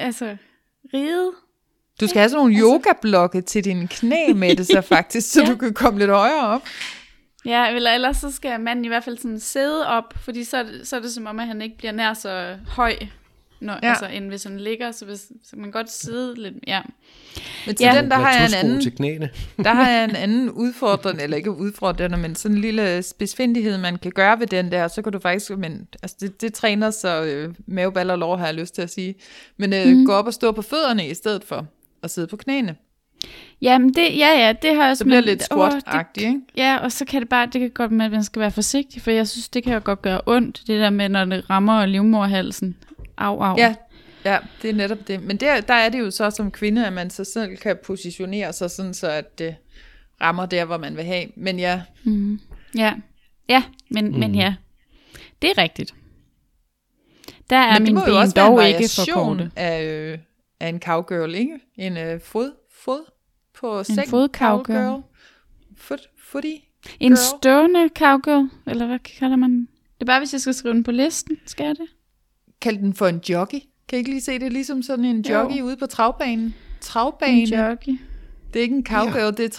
ride. Du skal have sådan nogle yogablokke til dine knæ med det så faktisk, så du kan komme lidt højere op. Ja, eller ellers så skal manden i hvert fald sådan sidde op, fordi så er det som om, at han ikke bliver nær så høj, end hvis han ligger, så man kan godt sidde lidt, Men til den, der har jeg en anden, til knæene. Der har jeg en anden udfordring, eller ikke udfordring, men sådan en lille spidsfindighed, man kan gøre ved den der, så kan du faktisk, det træner så maveballer og lår, har jeg lyst til at sige, men gå op og stå på fødderne i stedet for at sidde på knæene. Jamen det har jeg så bliver lidt squat-agtigt, ikke? Ja, og så kan det kan godt med, at man skal være forsigtig, for jeg synes, det kan jo godt gøre ondt, det der med, når det rammer livmoderhalsen. Au. Ja, det er netop det. Men der er det jo så som kvinde, at man så selv kan positionere sig sådan, så at det rammer der, hvor man vil have. Men ja. Men ja, det er rigtigt. Der er men min ben også dog ikke for korte. Af en cowgirl, ikke? En fod på sækken. En fod-cowgirl. Footy. En stående cowgirl, eller hvad kalder man? Det er bare, hvis jeg skal skrive den på listen. Skal jeg det? Kald den for en jockey. Kan I ikke lige se det? Ligesom sådan en jockey ude på travbanen. Travbane. En jockey. Det er ikke en cowgirl, det er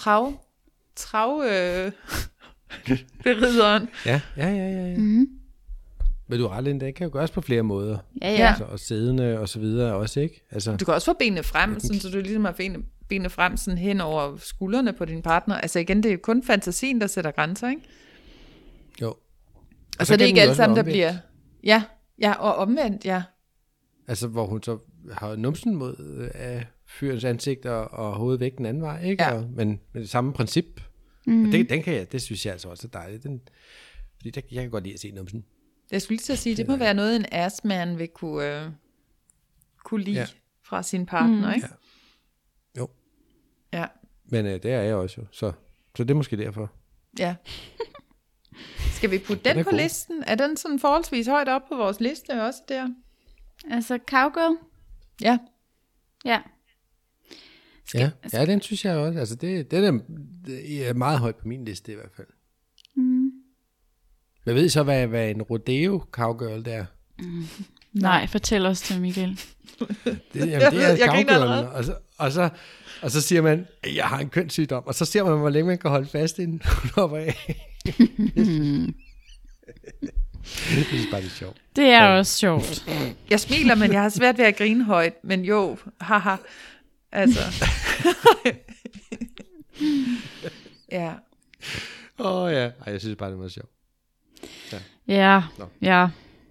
berideren. Ja. Mm-hmm. Men du har ret, Linda, det kan jo gøres på flere måder. Ja. Altså, og siddende og så videre også, ikke? Altså, Du kan også få benene frem, sådan, så du ligesom har benene frem sådan hen over skuldrene på din partner. Altså igen, det er kun fantasien, der sætter grænser, ikke? jo. Og så er det ikke alle sammen, der bliver... Ja, og omvendt, ja. Altså, hvor hun så har numsen mod af fyrens ansigt og hovedet væk den anden vej, ikke? Ja. Men med det samme princip. Mm-hmm. Og det synes jeg altså også er dejligt. Fordi jeg kan godt lide at se numsen. Jeg skulle lige til at sige, det må være noget, en assman vil kunne lide fra sin partner, ikke? Ja. Jo. Ja. Men det er jeg også jo. Så det er måske derfor. Ja. Skal vi putte den på god. listen? Er den sådan forholdsvis højt op på vores liste også der? Altså cowgirl? Ja. Ja. Ja, den synes jeg også. Altså, det er meget højt på min liste i hvert fald. Mm. Jeg ved så, hvad en rodeo cowgirl der er. Nej, fortæl os det, Michael. Det er jeg griner cowgirlen, og så siger man, jeg har en kønssygdom, og så ser man, hvor længe man kan holde fast inden hun hopper af. Det synes bare, det er sjovt. Det er også sjovt. Jeg smiler, men jeg har svært ved at grine højt. Men jo, haha. Altså. Ja. Ja. Ej, jeg synes bare, det var sjovt. Ja.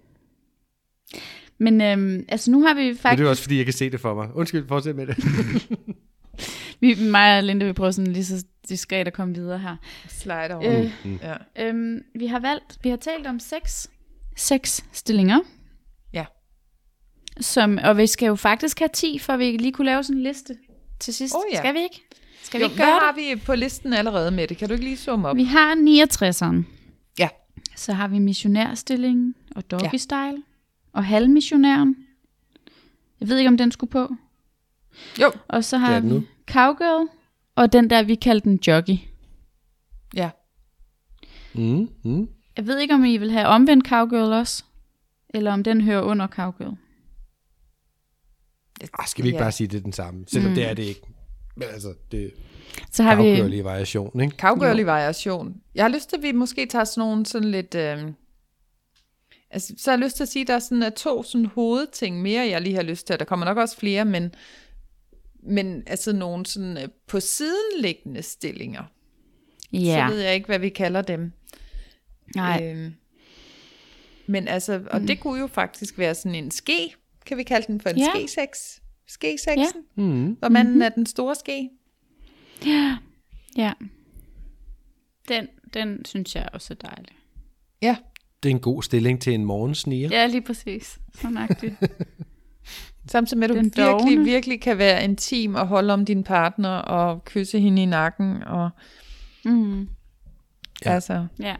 Men altså nu har vi Men faktisk... det er også, fordi jeg kan se det for mig. Undskyld, fortsæt med det. Mig og Linda vil prøve sådan lige så diskret at komme videre her. Slide over. Ja. Vi har talt om seks stillinger. Ja. Og vi skal jo faktisk have 10, for vi lige kunne lave sådan en liste til sidst. Ja. Skal vi ikke? Skal vi ikke hvad gøre har vi på listen allerede med det? Kan du ikke lige zoome op? Vi har 69'eren. Ja. Så har vi missionærstillingen og doggy style og halvmissionæren. Jeg ved ikke, om den skulle på. Jo. Og så har vi cowgirl og den der, vi kaldte den jockey. Ja. Jeg ved ikke, om I vil have omvendt cowgirl også, eller om den hører under cowgirl. Skal vi ikke bare sige, det er den samme? Selvom det er det ikke. Men altså, det så har cowgirl i variation, ikke? Cowgirl i variation. Jeg har lyst til, at vi måske tager sådan nogle sådan lidt... altså, så har jeg lyst til at sige, at der er sådan 2 sådan hovedting mere, jeg lige har lyst til. Der kommer nok også flere, men altså nogle sådan på sidenliggende stillinger. Ja. Så ved jeg ikke, hvad vi kalder dem. Nej. Men altså, og det kunne jo faktisk være sådan en ske. Kan vi kalde den for en ske-sex? Ske-sexen? Ja. Hvor manden er den store ske. Ja. Den synes jeg også er dejlig. Ja. Det er en god stilling til en morgensniger. Ja, lige præcis. Sånagtigt. Samtidig med, at du virkelig kan være intim og holde om din partner og kysse hende i nakken. Og, altså, ja.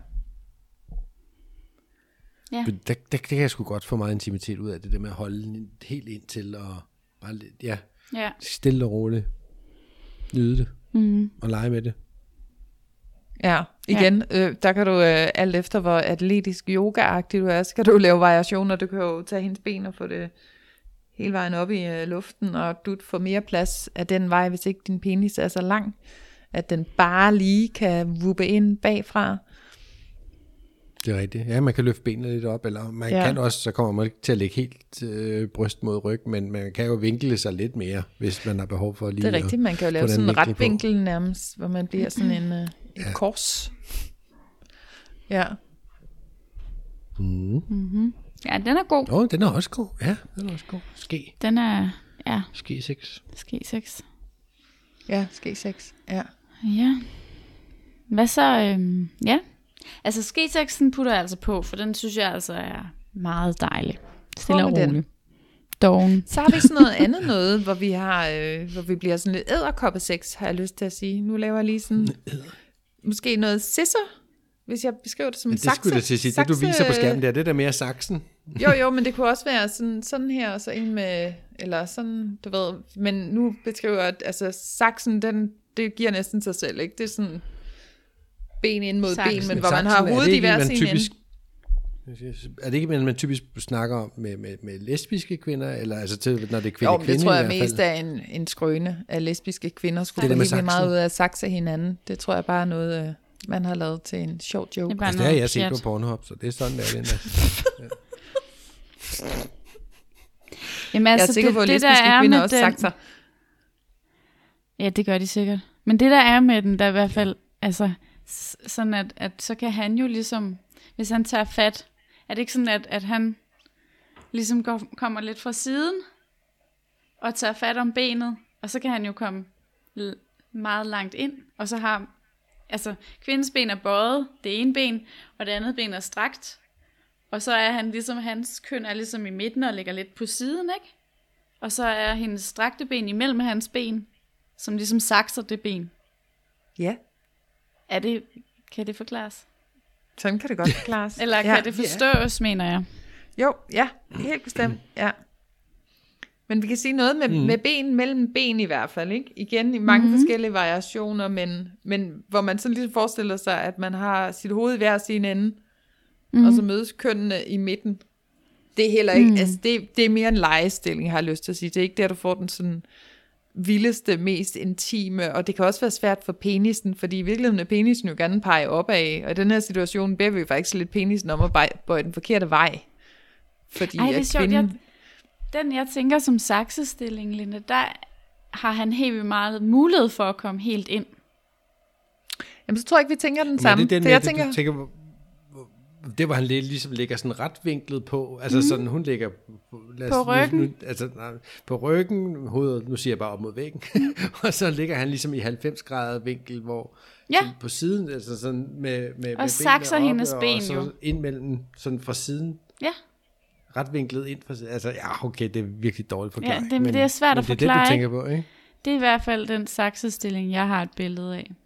Der kan jeg sgu godt få meget intimitet ud af det der med at holde helt ind til og bare lidt, stille og roligt nyde det og lege med det. Ja, igen, der kan du alt efter hvor atletisk yoga-agtig du er, så kan du lave variationer. Du kan jo tage hendes ben og få det hele vejen op i luften, og du får mere plads af den vej, hvis ikke din penis er så lang, at den bare lige kan vuppe ind bagfra. Det er rigtigt. Ja, man kan løfte benene lidt op, eller man kan også, så kommer man ikke til at lægge helt bryst mod ryg, men man kan jo vinkle sig lidt mere, hvis man har behov for lige. Det er rigtigt, man kan jo lave sådan en ret vinkel nærmest, hvor man bliver sådan en et kors. Ja. Ja, den er god. Den er også god. Ja, den er også god. Ske. Den er, Ske 6. Ske 6. Ja, ske 6. Ja. Ja. Hvad så? Altså ske-sexen putter jeg altså på, for den synes jeg altså er meget dejlig. Stille og roligt. Doven. Så har vi sådan noget andet noget, hvor vi har, hvor vi bliver sådan lidt edderkoppesex, har jeg lyst til at sige. Nu laver jeg lige sådan, måske noget scissor, hvis jeg beskriver det som en sakse. Det skulle jeg til at sige, det du viser på skærmen der, det der mere saksen. Jo, men det kunne også være sådan her, og så en med, eller sådan, du ved, men nu beskriver jeg, at altså saksen, det giver næsten sig selv, ikke? Det er sådan ben ind mod ben, men hvor man har hovedet i hver sin ende. Er det ikke, man typisk snakker om med lesbiske kvinder, eller altså til, når det er kvinde? Jo, det tror jeg mest er en skrøne af lesbiske kvinder. Skulle det helt meget ud af at sakse hinanden. Det tror jeg bare er noget, man har lavet til en sjov joke. Det har jeg set på Pornhub, så det er sådan, det er den der. Jamen, altså, jeg er sikker på, at lesbiske kvinder også sakser. Ja, det gør de sikkert. Men det der er med den, der i hvert fald, altså, sådan at så kan han jo ligesom, hvis han tager fat, er det ikke sådan, at han ligesom kommer lidt fra siden, og tager fat om benet, og så kan han jo komme meget langt ind, og så har, altså, kvindens ben er bøjet, det ene ben, og det andet ben er strakt, og så er han ligesom, hans køn er ligesom i midten, og ligger lidt på siden, ikke? Og så er hendes strakte ben imellem hans ben, som ligesom sakser det ben. Ja. Kan det forklares? Sådan kan det godt forklares. Eller kan det forstås, mener jeg? Jo, ja, helt bestemt, ja. Men vi kan sige noget med ben, mellem ben i hvert fald, ikke? Igen i mange forskellige variationer, men hvor man sådan ligesom forestiller sig, at man har sit hoved i hver sin ende, og så mødes kønnene i midten. Det er heller ikke, altså det er mere en lejestilling, har jeg lyst til at sige. Det er ikke der, du får den sådan vildeste, mest intime, og det kan også være svært for penisen, fordi i virkeligheden er penisen jo gerne pege opad, og i den her situation beder vi jo faktisk lidt penisen om at bøje den forkerte vej. Fordi det er sjovt. Den jeg tænker som saksestilling, Linda, der har han helt vildt meget mulighed for at komme helt ind. Jamen så tror jeg ikke, vi tænker den samme. Det var han ligesom ligger sådan ret vinklet på, altså sådan hun ligger på ryggen, på ryggen, hovedet, nu siger jeg bare op mod væggen, og så ligger han ligesom i 90 grader vinkel, hvor på siden, altså sådan med og sakser hendes ben jo, og så ind mellem sådan fra siden, ret vinklet ind fra siden, altså okay, det er virkelig dårligt forklaring. Ja, det er svært at forklare. Det er det, du tænker på, ikke? Det er i hvert fald den saksestilling, jeg har et billede af.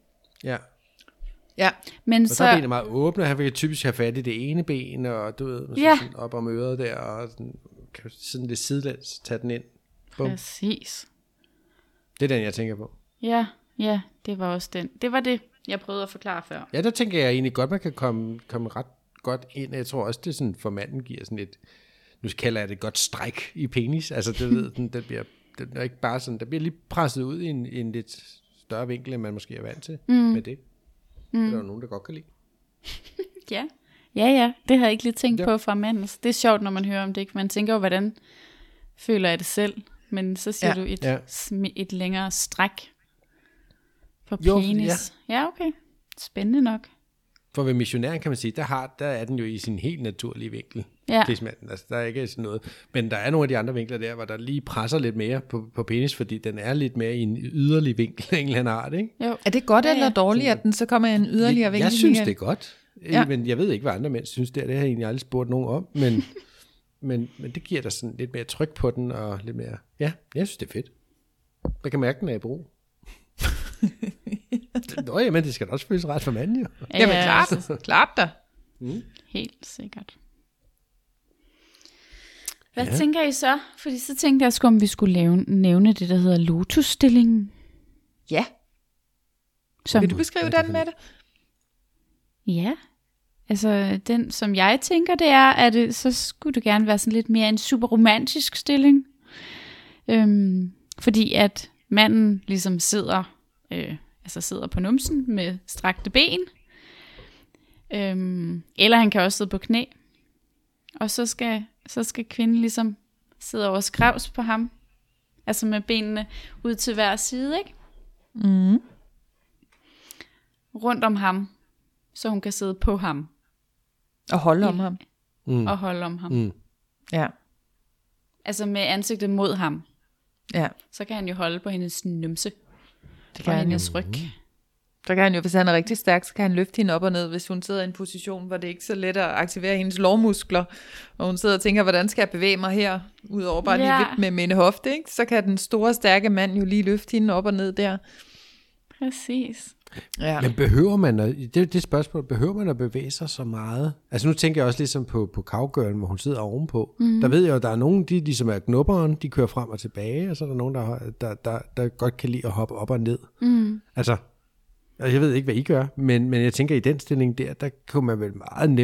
Ja. Men så er benene meget åbne, han vil typisk have fat i det ene ben, og du ved, sådan op om øret der, og sådan lidt sidelæns, tage den ind. Bum. Præcis. Det er den, jeg tænker på. Ja, det var også den. Det var det, jeg prøvede at forklare før. Ja, der tænker jeg egentlig godt, man kan komme ret godt ind. Jeg tror også, det sådan for manden giver sådan et, nu kalder jeg det godt stræk i penis. Altså, du ved, den er ikke bare sådan, der bliver lige presset ud i en lidt større vinkel, end man måske er vant til med det. Det er der nogen, der godt kan lide. Ja, det har jeg ikke lige tænkt på fra manden. Det er sjovt, når man hører om det, ikke? Man tænker jo, hvordan føler jeg det selv? Men så siger du et længere stræk på penis. Ja, okay. Spændende nok. For ved missionæren kan man sige, der er den jo i sin helt naturlige vinkel. Altså, der er ikke sådan noget. Men der er nogle af de andre vinkler der, hvor der lige presser lidt mere på penis, fordi den er lidt mere i en yderlig vinkel, en eller anden art, ikke? Jo. Er det godt eller dårligt, at den så kommer i en yderligere vinkel? Jeg synes, det er godt. Men jeg ved ikke, hvad andre mænd synes det har jeg egentlig aldrig spurgt nogen om. Men det giver der sådan lidt mere tryk på den, og lidt mere, jeg synes, det er fedt. Jeg kan mærke, den er i brug. Nå ja, men det skal da også føles ret for manden, jo. Jamen klart da. Helt sikkert. Hvad tænker I så? Fordi så tænkte jeg om vi skulle nævne det, der hedder lotusstillingen. Ja. Vil du beskrive den med det? Ja. Altså, den som jeg tænker, det er, at så skulle det gerne være sådan lidt mere en super romantisk stilling. Fordi at manden ligesom sidder på numsen med strakte ben. Eller han kan også sidde på knæ. Og så skal kvinden ligesom sidde over skrævs på ham. Altså med benene ud til hver side, ikke? Rundt om ham. Så hun kan sidde på ham. Og holde om ham. Og holde om ham. Ja. Altså med ansigtet mod ham. Ja. Så kan han jo holde på hendes numse. Det kan hendes ryg. Så kan han jo, hvis han er rigtig stærk, så kan han løfte hende op og ned, hvis hun sidder i en position, hvor det ikke er så let at aktivere hendes lårmuskler, og hun sidder og tænker, hvordan skal jeg bevæge mig her, udover bare lige lidt med en hofte, ikke? Så kan den store, stærke mand jo lige løfte hende op og ned der. Præcis. Ja. Men behøver man, det spørgsmål, behøver man at bevæge sig så meget? Altså nu tænker jeg også ligesom på cowgirlen, hvor hun sidder ovenpå. Der ved jeg jo, der er nogen, de ligesom er knupperen, de kører frem og tilbage, og så er der nogen, der godt kan lide at hoppe op og ned. Altså, jeg ved ikke, hvad I gør, men jeg tænker, i den stilling der kunne man vel meget nemt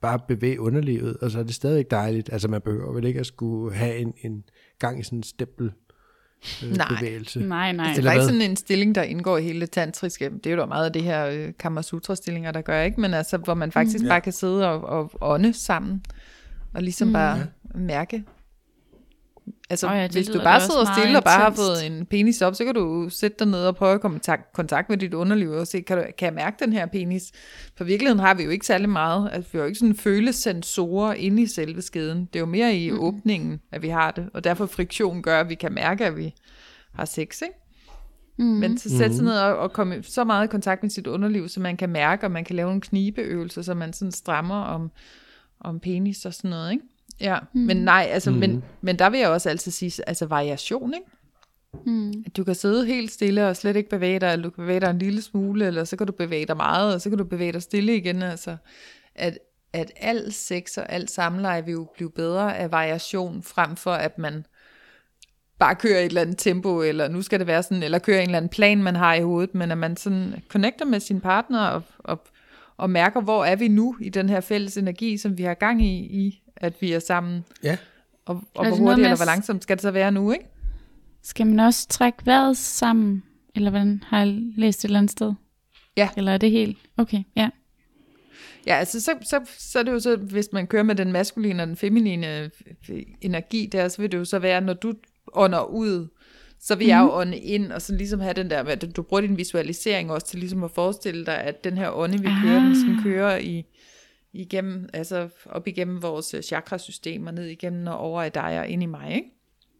bare bevæge underlivet, og så er det stadigvæk dejligt. Altså man behøver vel ikke at skulle have en gang i sådan en stempel bevægelse. Nej. Det er faktisk sådan en stilling, der indgår i hele det tantriske. Det er jo da meget af det her Kamasutra-stillinger, der gør, ikke? Men altså, hvor man faktisk bare kan sidde og ånde sammen, og ligesom bare mærke. Altså, hvis du bare sidder stille og bare har fået en penis op, så kan du sætte dig ned og prøve at komme i kontakt med dit underliv og se, kan jeg mærke den her penis? For i virkeligheden har vi jo ikke særlig meget. Altså, vi har jo ikke sådan følesensorer inde i selve skeden. Det er jo mere i åbningen, at vi har det. Og derfor friktion gør, at vi kan mærke, at vi har sex, ikke? Men så sætte sig ned og komme så meget i kontakt med sit underliv, så man kan mærke, og man kan lave en knibeøvelse, så man sådan strammer om penis og sådan noget, ikke? Ja, men nej, altså, men der vil jeg også altid sige, altså variation, ikke? Du kan sidde helt stille og slet ikke bevæge dig, eller du kan bevæge dig en lille smule, eller så kan du bevæge dig meget, og så kan du bevæge dig stille igen, altså, at al sex og alt samleje vil jo blive bedre af variation, frem for at man bare kører et eller andet tempo, eller nu skal det være sådan, eller kører en eller anden plan, man har i hovedet, men at man sådan connecter med sin partner, og mærker, hvor er vi nu i den her fælles energi, som vi har gang i at vi er sammen. Ja. Og hvor hurtigt eller hvor langsomt skal det så være nu, ikke? Skal man også trække vejret sammen? Eller hvordan har jeg læst et eller andet sted? Ja. Eller er det helt? Okay, ja. Ja, altså så er det jo så, hvis man kører med den maskuline og den feminine energi der, så vil det jo så være, når du ånder ud, så vil jeg jo ånde ind, og så ligesom have den der, at du bruger din visualisering også til ligesom at forestille dig, at den her ånde, vi kører, den sådan kører igennem, altså op igennem vores chakrasystem, og ned igennem og over i dig og ind i mig, ikke?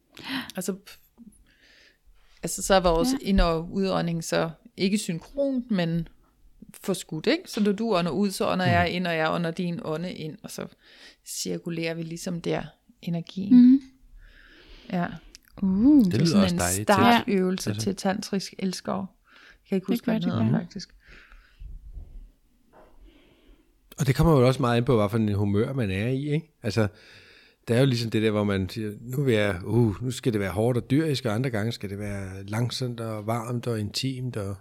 Altså så er vores ind- og udånding så ikke synkron, men forskudt, ikke? Så når du ånder ud, så ånder jeg ind, og jeg ånder din ånde ind, og så cirkulerer vi ligesom der energien. Ja. Det lyder også dejligt. En startøvelse til tantrisk elskov. Jeg kan ikke huske, hvad den hedder faktisk. Og det kommer jo også meget ind på, hvad for en humør man er i, ikke? Altså, det er jo ligesom det der, hvor man siger, nu skal det være hårdt og dyrisk, og andre gange skal det være langsomt og varmt og intimt, og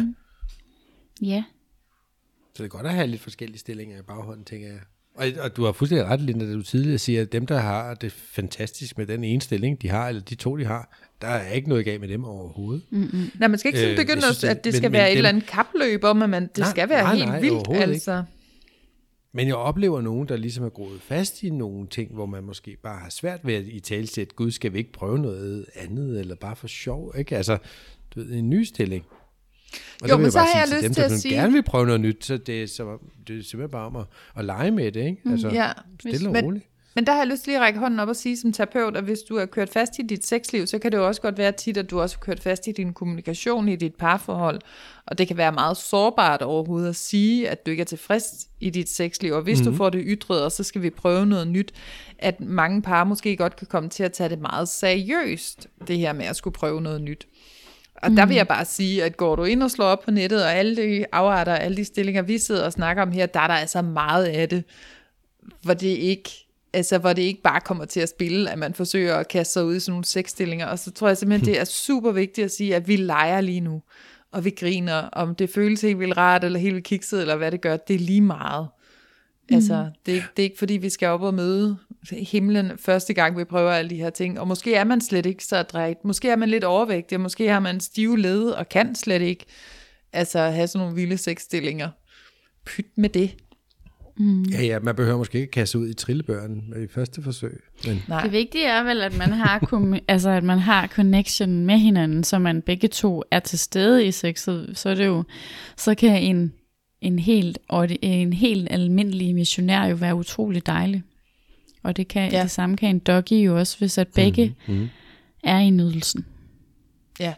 Ja. Så det er godt at have lidt forskellige stillinger i baghånden, tænker jeg. Og du har fuldstændig ret, Linda, da du tidligere siger, at dem, der har det fantastisk med den ene stilling, de har, eller de to, de har, der er ikke noget galt med dem overhovedet. Nej, man skal ikke sådan begynde, at det skal være et eller andet kapløb om, at det skal være helt vildt, altså. Ikke. Men jeg oplever nogen, der ligesom er groet fast i nogle ting, hvor man måske bare har svært ved at i talesætte, Gud, skal vi ikke prøve noget andet, eller bare for sjov, ikke? Altså, du ved, en ny stilling. Og jo, men så har jeg lyst til at sige... Dem, der gerne vil prøve noget nyt, så det er simpelthen bare om at lege med det, ikke? Altså, stille og roligt. Men der har jeg lyst til lige at række hånden op og sige som terapeut, at hvis du er kørt fast i dit sexliv, så kan det jo også godt være tit, at du også har kørt fast i din kommunikation, i dit parforhold. Og det kan være meget sårbart overhovedet at sige, at du ikke er tilfreds i dit sexliv. Og hvis du får det ytret, og så skal vi prøve noget nyt, at mange par måske godt kan komme til at tage det meget seriøst, det her med at skulle prøve noget nyt. Og der vil jeg bare sige, at går du ind og slår op på nettet, og alle de afarter, alle de stillinger, vi sidder og snakker om her, der er der altså meget af det, hvor det ikke bare kommer til at spille, at man forsøger at kaste sig ud i sådan nogle sexstillinger. Og så tror jeg simpelthen, det er super vigtigt at sige, at vi leger lige nu, og vi griner, om det føles helt vildt rart, eller helt vildt kikset, eller hvad det gør, det er lige meget. Altså, det er ikke fordi, vi skal op og møde himlen første gang, vi prøver alle de her ting. Og måske er man slet ikke så adræt. Måske er man lidt overvægtig, og måske har man stive led, og kan slet ikke have sådan nogle vilde sexstillinger. Pyt med det. Ja, man behøver måske ikke kaste ud i trillebøren i første forsøg. Men... Det vigtige er vel, at man har, at man har connection med hinanden, så man begge to er til stede i sexet. Så er det jo, så kan en helt almindelig missionær jo være utrolig dejlig. Og det samme kan en doggy jo også, hvis at begge er i nydelsen. Ja.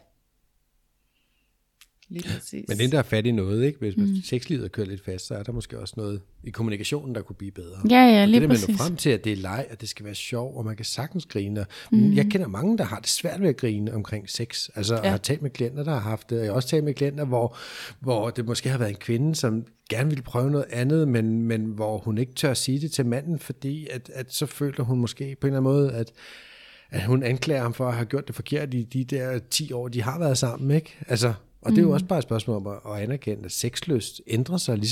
Lige præcis. Men den der er fat i noget, ikke? Hvis man sexlivet kører lidt fast, så er der måske også noget i kommunikationen, der kunne blive bedre. Ja, lige præcis. Det der med at nå frem til, at det er leg, og det skal være sjov, og man kan sagtens grine. Jeg kender mange, der har det svært ved at grine omkring sex. Altså, jeg har talt med klienter, der har haft det, og jeg har også talt med klienter, hvor det måske har været en kvinde, som gerne ville prøve noget andet, men hvor hun ikke tør at sige det til manden, fordi at så føler hun måske på en eller anden måde, at hun anklager ham for at have gjort det forkert i de der 10 år, de har været sammen, ikke? Altså, og det er jo også bare et spørgsmål om at anerkende, at sexlyst ændrer sig, ligesom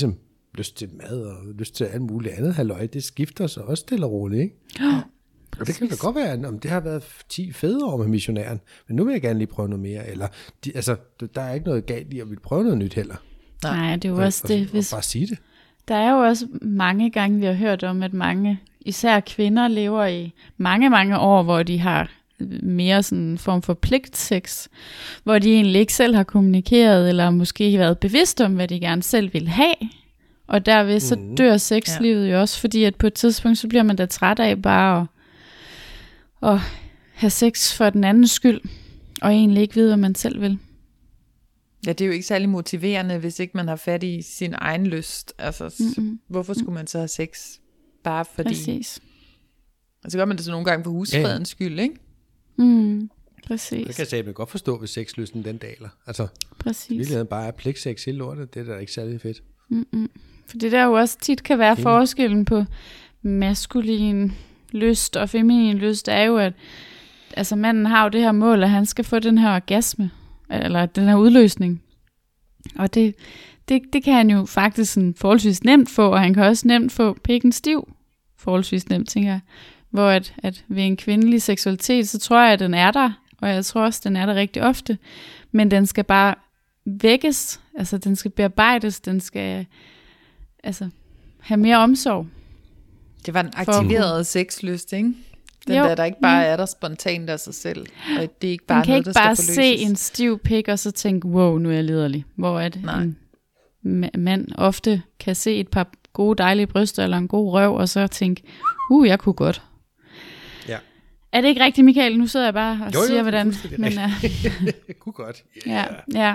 lyst til mad og lyst til alt muligt andet halløj. Det skifter sig også stille og roligt, ikke? Og det kan da godt være, om det har været 10 fede år med missionæren, men nu vil jeg gerne lige prøve noget mere. Eller, der er ikke noget galt i at ville prøve noget nyt heller. Nej, det er jo også det. Og bare sige det. Der er jo også mange gange, vi har hørt om, at mange, især kvinder, lever i mange, mange år, hvor de har mere sådan en form for pligtsex, hvor de egentlig ikke selv har kommunikeret, eller måske været bevidst om, hvad de gerne selv vil have. Og derved så dør sexlivet jo også, fordi at på et tidspunkt, så bliver man da træt af bare at have sex for den andens skyld, og egentlig ikke vide, hvad man selv vil. Ja, det er jo ikke særlig motiverende, hvis ikke man har fat i sin egen lyst. Altså, hvorfor skulle man så have sex? Bare fordi... Præcis. Altså gør man det så nogle gange for husfredens skyld, ikke? Præcis. Det kan jeg godt forstå, hvis sexlysten den daler. Altså, præcis. I virkeligheden bare er pligtsex hele lortet, det er da ikke særlig fedt. For det der jo også tit kan være forskellen på maskulin lyst og feminin lyst, er jo, at altså manden har jo det her mål, at han skal få den her orgasme, eller den her udløsning. Og det kan han jo faktisk sådan forholdsvis nemt få, og han kan også nemt få pikken stiv, forholdsvis nemt, tænker jeg. Hvor at ved en kvindelig seksualitet, så tror jeg, at den er der, og jeg tror også, den er der rigtig ofte, men den skal bare vækkes, altså den skal bearbejdes, den skal altså have mere omsorg. Det var en aktiveret sexlyst, ikke? Den der ikke bare er der spontant af sig selv, og det er ikke bare noget, der skal forløses. Man kan ikke bare se en stiv pik, og så tænke, wow, nu er jeg liderlig. Hvor at en mand ofte kan se et par gode, dejlige bryster, eller en god røv, og så tænke, jeg kunne godt. Ja. Er det ikke rigtigt, Michael? Nu sidder jeg bare og siger, hvordan... Men, jeg kunne godt. Ja.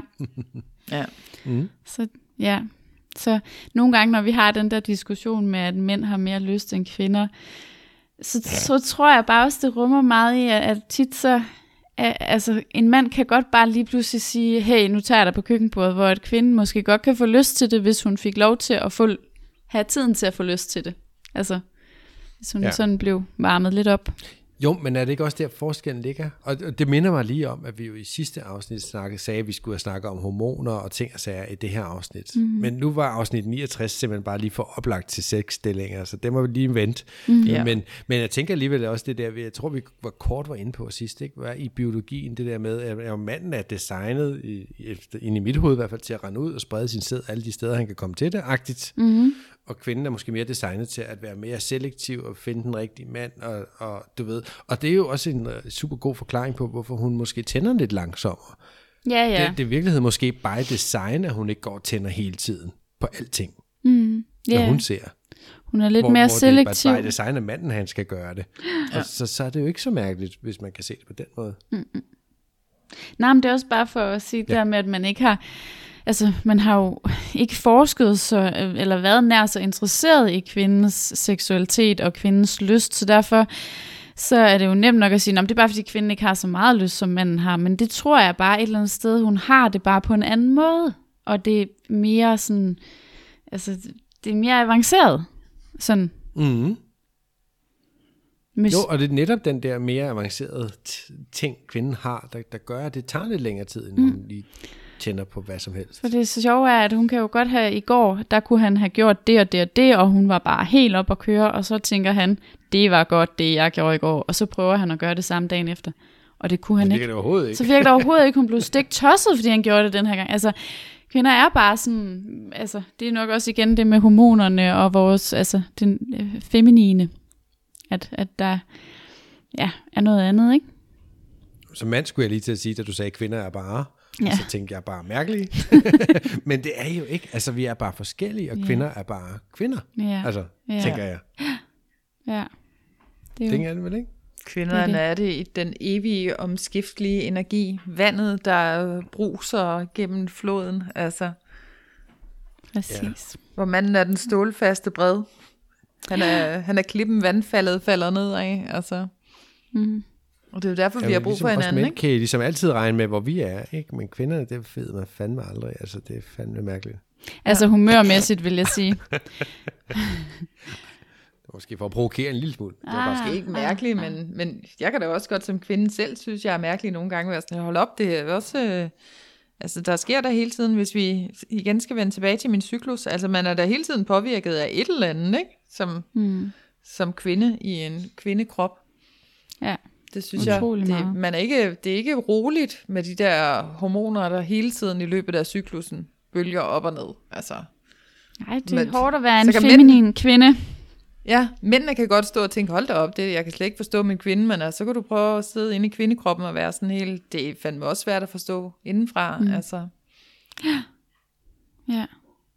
Så nogle gange, når vi har den der diskussion med, at mænd har mere lyst end kvinder, så tror jeg bare også, det rummer meget i, at tit så... Altså, en mand kan godt bare lige pludselig sige, hey, nu tager jeg dig på køkkenbordet, hvor et kvinde måske godt kan få lyst til det, hvis hun fik lov til at have tiden til at få lyst til det. Altså, hvis hun sådan blev varmet lidt op. Jo, men er det ikke også der forskellen ligger? Og det minder mig lige om, at vi jo i sidste afsnit sagde, at vi skulle snakke om hormoner og ting og sager i det her afsnit. Men nu var afsnit 69 simpelthen bare lige for oplagt til sexstillinger, så det må vi lige vente. Men jeg tænker alligevel også det der, jeg tror vi var inde på sidst, ikke? Var i biologien det der med, at manden er designet, ind i mit hoved i hvert fald, til at rende ud og sprede sin sæd alle de steder, han kan komme til det-agtigt. Og kvinden er måske mere designet til at være mere selektiv og finde den rigtige mand, og du ved. Og det er jo også en super god forklaring på, hvorfor hun måske tænder lidt langsommere. Ja. Det er i virkeligheden måske bare design, at hun ikke går og tænder hele tiden på alting, når hun ser. Hun er lidt mere selektiv. Hvor det er bare design, at manden han skal gøre det. Og så er det jo ikke så mærkeligt, hvis man kan se det på den måde. Nej, men det er også bare for at sige der med, at man ikke har... Altså, man har jo ikke forsket eller været nær så interesseret i kvindens seksualitet og kvindens lyst, så derfor så er det jo nemt nok at sige, det er bare fordi kvinden ikke har så meget lyst, som manden har, men det tror jeg bare et eller andet sted, hun har det bare på en anden måde, og det er mere sådan, altså, det er mere avanceret, sådan. Jo, og det er netop den der mere avancerede ting, kvinden har, der gør, at det tager lidt længere tid, end hun lige tænder på hvad som helst. For det så sjove er, at hun kan jo godt have i går, der kunne han have gjort det og det og det, og hun var bare helt op at køre, og så tænker han, det var godt det, jeg gjorde i går, og så prøver han at gøre det samme dagen efter. Og det kunne han ikke. Det overhovedet ikke. Så virker det overhovedet ikke. Hun blev stik tosset, fordi han gjorde det den her gang. Altså, kvinder er bare sådan, altså, det er nok også igen det med hormonerne og vores, altså, den feminine, at der er noget andet, ikke? Som mand skulle jeg lige til at sige, da du sagde, at kvinder er bare... Ja. Så tænkte jeg bare mærkelige. Men det er jo ikke. Altså, vi er bare forskellige, og kvinder er bare kvinder. Altså, tænker jeg. Ja. Det tænker jeg vel ikke? Kvinderne er det i den evige, omskiftelige energi. Vandet, der bruser gennem floden. Altså. Præcis. Ja. Hvor manden er den stålfaste bred. Han er klippen, vandfaldet falder ned af. Altså. Og det er jo derfor, vi har brug for hinanden, ikke? Kan I ligesom altid regne med, hvor vi er, ikke? Men kvinderne, det ved man fandme aldrig. Altså, det er fandme mærkeligt. Altså humørmæssigt, vil jeg sige. Det er måske for at provokere en lille smule. Det er måske ikke mærkeligt, men jeg kan da også godt som kvinde selv, synes jeg er mærkelig nogle gange. Hold op, det er også... Altså, der sker der hele tiden, hvis vi igen skal vende tilbage til min cyklus. Altså, man er der hele tiden påvirket af et eller andet, ikke? Som kvinde i en kvindekrop. Ja. Det synes jeg, det er ikke roligt med de der hormoner, der hele tiden i løbet af cyklusen bølger op og ned. Altså, nej, det er hårdt at være en feminin kvinde. Ja, mændene kan godt stå og tænke, hold da op, jeg kan slet ikke forstå min kvinde, men altså, så kan du prøve at sidde inde i kvindekroppen og være sådan helt, det er fandme også svært at forstå indenfra. Altså. Ja.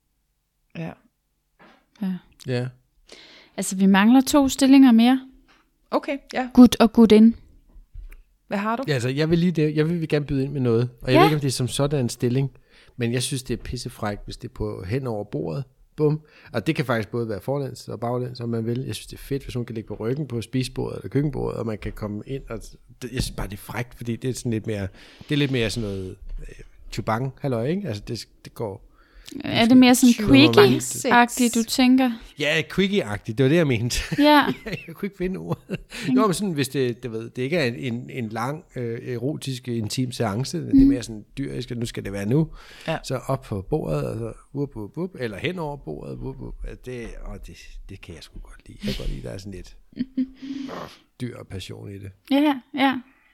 Ja. Altså, vi mangler 2 stillinger mere. Okay, ja. Good og good in. Hvad har du? Ja, altså, jeg vil gerne byde ind med noget. Og jeg ved ikke, om det er som sådan en stilling, men jeg synes, det er pissefrækt, hvis det er på hen over bordet. Bum. Og det kan faktisk både være forlæns og baglæns, om man vil. Jeg synes, det er fedt, hvis hun kan ligge på ryggen på spisebordet eller køkkenbordet, og man kan komme ind. Og jeg synes bare, det er frækt, fordi det er sådan lidt mere sådan noget chubang, halløj, ikke? Altså, det går... Er det mere sådan quickie-agtigt, du tænker? Ja, quickie-agtigt, det var det, jeg mente. Ja. Jeg kunne ikke finde ordet. Jo, men sådan, hvis det ikke er en lang, erotisk, intim seance, det er mere sådan dyrisk, nu skal det være nu. Ja. Så op på bordet, og så wup, eller hen over bordet, wup. Det kan jeg sgu godt lide. Jeg kan godt lide, der er sådan lidt dyr og passion i det. Ja.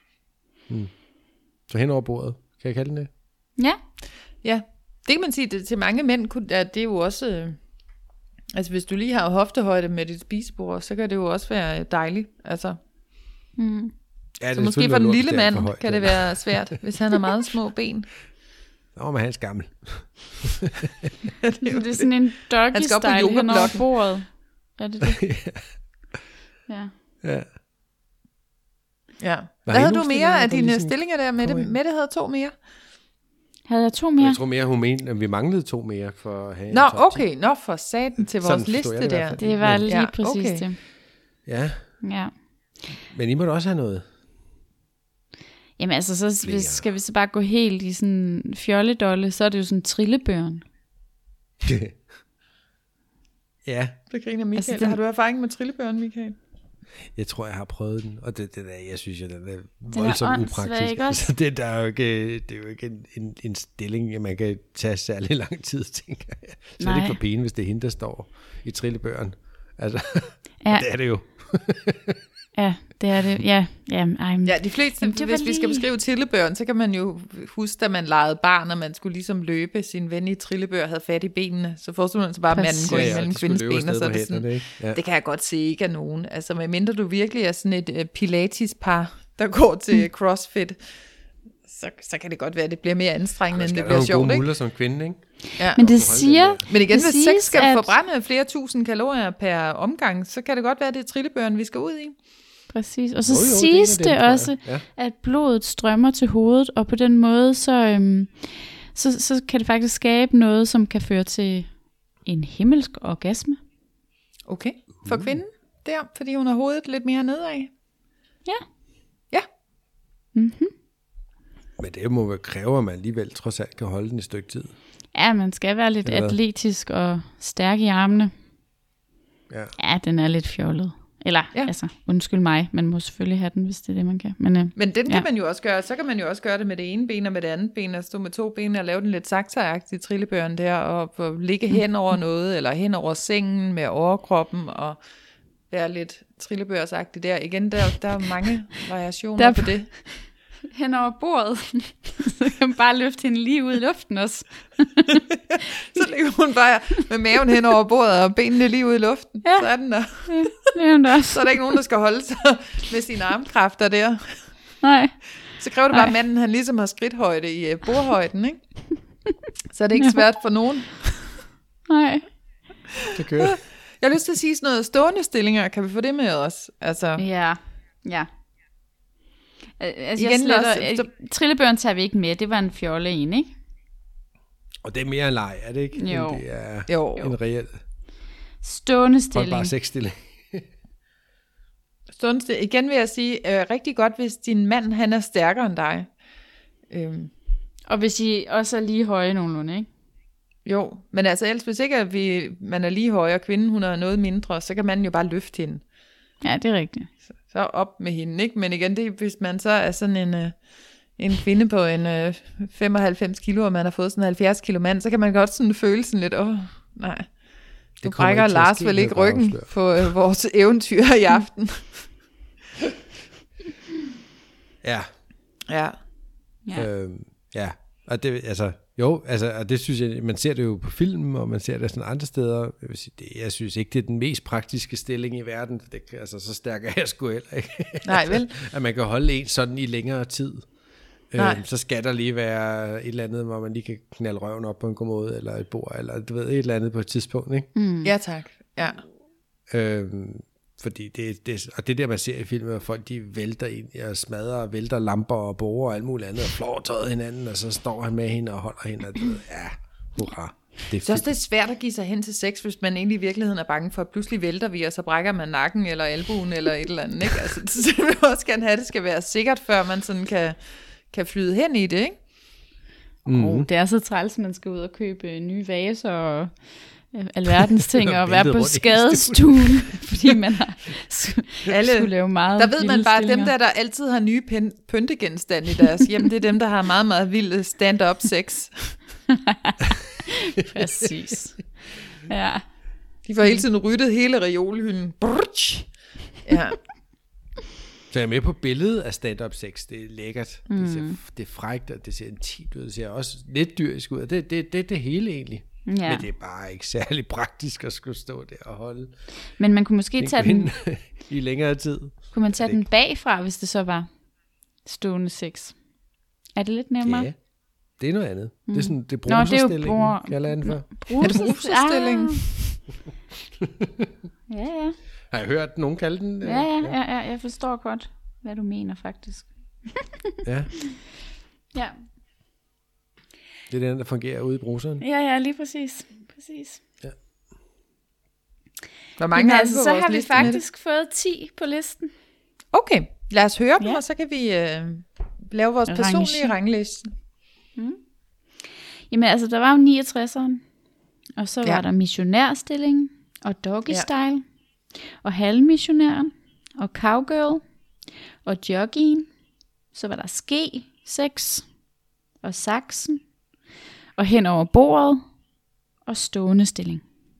Så hen over bordet, kan jeg kalde det? Ja. Det kan man sige, det, til mange mænd, det er jo også, altså hvis du lige har hoftehøjde med dit spisebord, så kan det jo også være dejligt, altså. Ja, så måske for den lille mand kan det være svært, hvis han har meget små ben. Nå, men han er gammel. det er sådan en doggy-style hen over bordet. Er det det? Ja. Hvad havde du mere af dine stillinger der? Mette havde 2 mere. Havde jeg 2 mere? Jeg tror mere, hun mente, at vi manglede 2 mere for at have Nå, okay. Nå, for satan til vores liste der. Det var lige præcis det. Ja. Men I må da også have noget. Jamen altså, så skal vi så bare gå helt i sådan fjolledolle, så er det jo sådan trillebøren. Ja. Det griner Michael. Altså, har du erfaring med trillebøren, Michael? Jeg tror, jeg har prøvet den, og det der, jeg synes, at den er voldsomt upraktisk. Altså, det er jo ikke en stilling, man kan tage særlig lang tid, tænker jeg. Så er det ikke for pigen, hvis det er hende, der står i trillebøren. Altså, det er det jo. Ja, det er det. Ja, de fleste, hvis vi skal beskrive trillebøren, så kan man jo huske, da man legede barn, og man skulle ligesom løbe, sin ven i trillebør havde fat i benene, så forestiller man sig bare, at manden går ind mellem kvindens ben, og så er det sådan, det kan jeg godt se ikke af nogen. Altså, medmindre du virkelig er sådan et pilates-par, der går til CrossFit, så kan det godt være, at det bliver mere anstrengende, end det bliver sjovt, ikke? Som kvinde, ikke? Ja. Men det siger... Men igen, hvis sex skal forbrænde flere tusind kalorier per omgang, så kan det godt være, at det er trillebøren, vi skal ud i. Præcis, og så siges det også, at blodet strømmer til hovedet, og på den måde, så kan det faktisk skabe noget, som kan føre til en himmelsk orgasme. Okay, for kvinden der, fordi hun har hovedet lidt mere nedad. Ja. Mm-hmm. Men det må vel kræve, at man alligevel trods alt kan holde den et stykke tid. Ja, man skal være lidt atletisk og stærk i armene. Ja, den er lidt fjollet. Eller, altså, undskyld mig, man må selvfølgelig have den, hvis det er det, man kan. Men den kan man jo også gøre, så kan man jo også gøre det med det ene ben og med det andet ben, og stå med 2 ben og lave den lidt sakta-agtige trillebøren der, og ligge hen over noget, eller hen over sengen med overkroppen, og være lidt trillebørsagtig der. Igen, der er mange variationer på det. Hen over bordet, så kan man bare løfte hende lige ud i luften også. Så ligger hun bare med maven hen over bordet og benene lige ud i luften. Ja. Så er den der. Så er der ikke nogen, der skal holde sig med sine armkræfter der. Nej. Så kræver det bare, at manden han ligesom har skridthøjde i bordhøjden, ikke? Så er det ikke svært for nogen. Nej. Det kører. Jeg har lyst til at sige sådan noget stående stillinger. Kan vi få det med os? Altså. Ja. Altså, trillebøren tager vi ikke med. Det var en fjolle en, ikke? Og det er mere en leg, er det ikke? Jo. Det er en reel stående stilling. Bare 6 stilling. Stående stilling. Igen vil jeg sige, rigtig godt, hvis din mand han er stærkere end dig. Og hvis I også er lige høje nogenlunde, ikke? Jo, men altså ellers hvis ikke man er lige højere, og kvinden hun er noget mindre, så kan manden jo bare løfte hende. Ja, det er rigtigt. Så op med hende, ikke? Men igen, det hvis man så er sådan en kvinde på en 95 kilo, og man har fået sådan en 70 kilo mand, så kan man godt sådan føle sådan lidt, nej. Nu brækker Lars vel ikke ryggen på vores eventyr i aften. Ja. Ja. Ja, og det, altså, og det synes jeg, man ser det jo på film, og man ser det sådan andre steder. Jeg vil sige, jeg synes ikke, det er den mest praktiske stilling i verden. Det, altså, så stærk er jeg sgu heller ikke. Nej, vel? At man kan holde en sådan i længere tid. Så skal der lige være et eller andet, hvor man lige kan knalde røven op på en kommode, eller et bord, eller du ved, et eller andet på et tidspunkt, ikke? Mm. Ja, tak. Ja. Fordi og det der, man ser i filmen, hvor folk de vælter ind og smadrer og vælter lamper og borer og alt muligt andet, og flår tøjet hinanden, og så står han med hende og holder hende, og du ved, hurra. Det er også det svært at give sig hen til sex, hvis man egentlig i virkeligheden er bange for, at pludselig vælter vi, og så brækker man nakken eller albuen eller et eller andet, ikke? Altså, så vil jeg også gerne have, at det skal være sikkert, før man sådan kan flyde hen i det, ikke? Det er så træls, man skal ud og købe nye vaser og alverdens ting, og være på skadestuen, fordi man har skulle lave meget. Der ved man bare, at dem der altid har nye pyntegenstande i deres hjem, det er dem, der har meget, meget vild stand-up sex. Præcis. Ja. De får hele tiden ryddet hele reolhylden. Ja. Så jeg er med på billedet af stand-up sex. Det er lækkert. Det er frækt, og det ser intimt ud. Det ser også lidt dyrisk ud. Det er det hele egentlig. Ja. Men det er bare ikke særlig praktisk at skulle stå der og holde. Men man kunne måske tage den i længere tid. Kunne man tage den bagfra, hvis det så var stående sex? Er det lidt nemmere? Ja, det er noget andet. Det er sådan, det er bruserstillingen, kalder jeg den for. Er det bruserstillingen? Ja. Har jeg hørt nogen kalde den? Ja, jeg forstår godt, hvad du mener faktisk. Ja. Ja. Det er den, der fungerer ude i bruseren? Ja, lige præcis. Ja. Hvor mange har så har vi faktisk fået 10 på listen. Okay, lad os høre dem, og så kan vi lave vores personlige rangliste. Jamen altså, der var jo 69'eren, og så var der missionærstilling, og doggy style, og halvmissionæren, og cowgirl, og jogging. Så var der ske, sex, og saksen, og hen over bordet, og stående stilling.